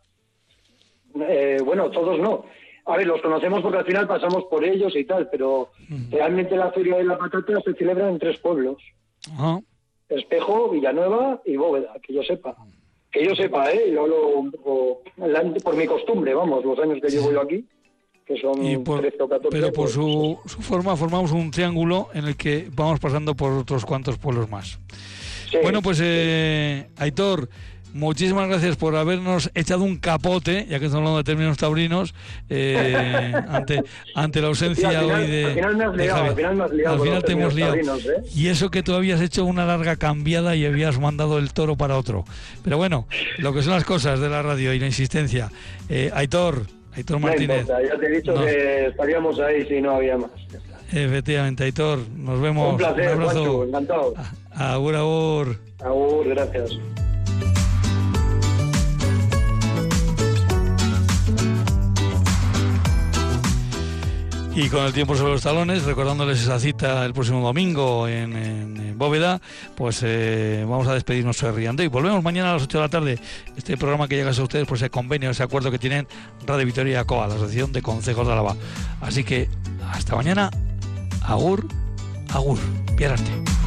Eh, bueno, todos no. A ver, los conocemos porque al final pasamos por ellos y tal, pero uh-huh. realmente la Feria de la Patata se celebra en tres pueblos. Uh-huh. Espejo, Villanueva y Bóveda, que yo sepa. Que yo sepa, ¿eh? Y lo hablo un poco por mi costumbre, vamos, los años que llevo yo aquí, que son y por, trece o catorce. Pero por pues, su, su forma formamos un triángulo en el que vamos pasando por otros cuantos pueblos más. Sí, bueno, pues eh, Aitor, muchísimas gracias por habernos echado un capote, ya que estamos hablando de términos taurinos, eh, ante ante la ausencia sí, final, hoy de Al final me has liado, al final me has liado. Al final te hemos liado. Taurinos, ¿eh? Y eso que tú habías hecho una larga cambiada y habías mandado el toro para otro. Pero bueno, lo que son las cosas de la radio y la insistencia. Eh, Aitor, Aitor no Martínez. Importa, ya te he dicho no. que estaríamos ahí si no había más. Efectivamente, Aitor, nos vemos. Un placer, un abrazo. Juancho, encantado. Agur, agur. Agur, gracias. Y con el tiempo sobre los talones, recordándoles esa cita el próximo domingo en, en, en Bóveda, pues eh, vamos a despedirnos de Riando y volvemos mañana a las ocho de la tarde. Este programa que llega a ustedes por ese convenio, ese acuerdo que tienen Radio Vitoria y ACOA, la Asociación de Concejos de Álava. Así que hasta mañana, agur, agur, Pierarte.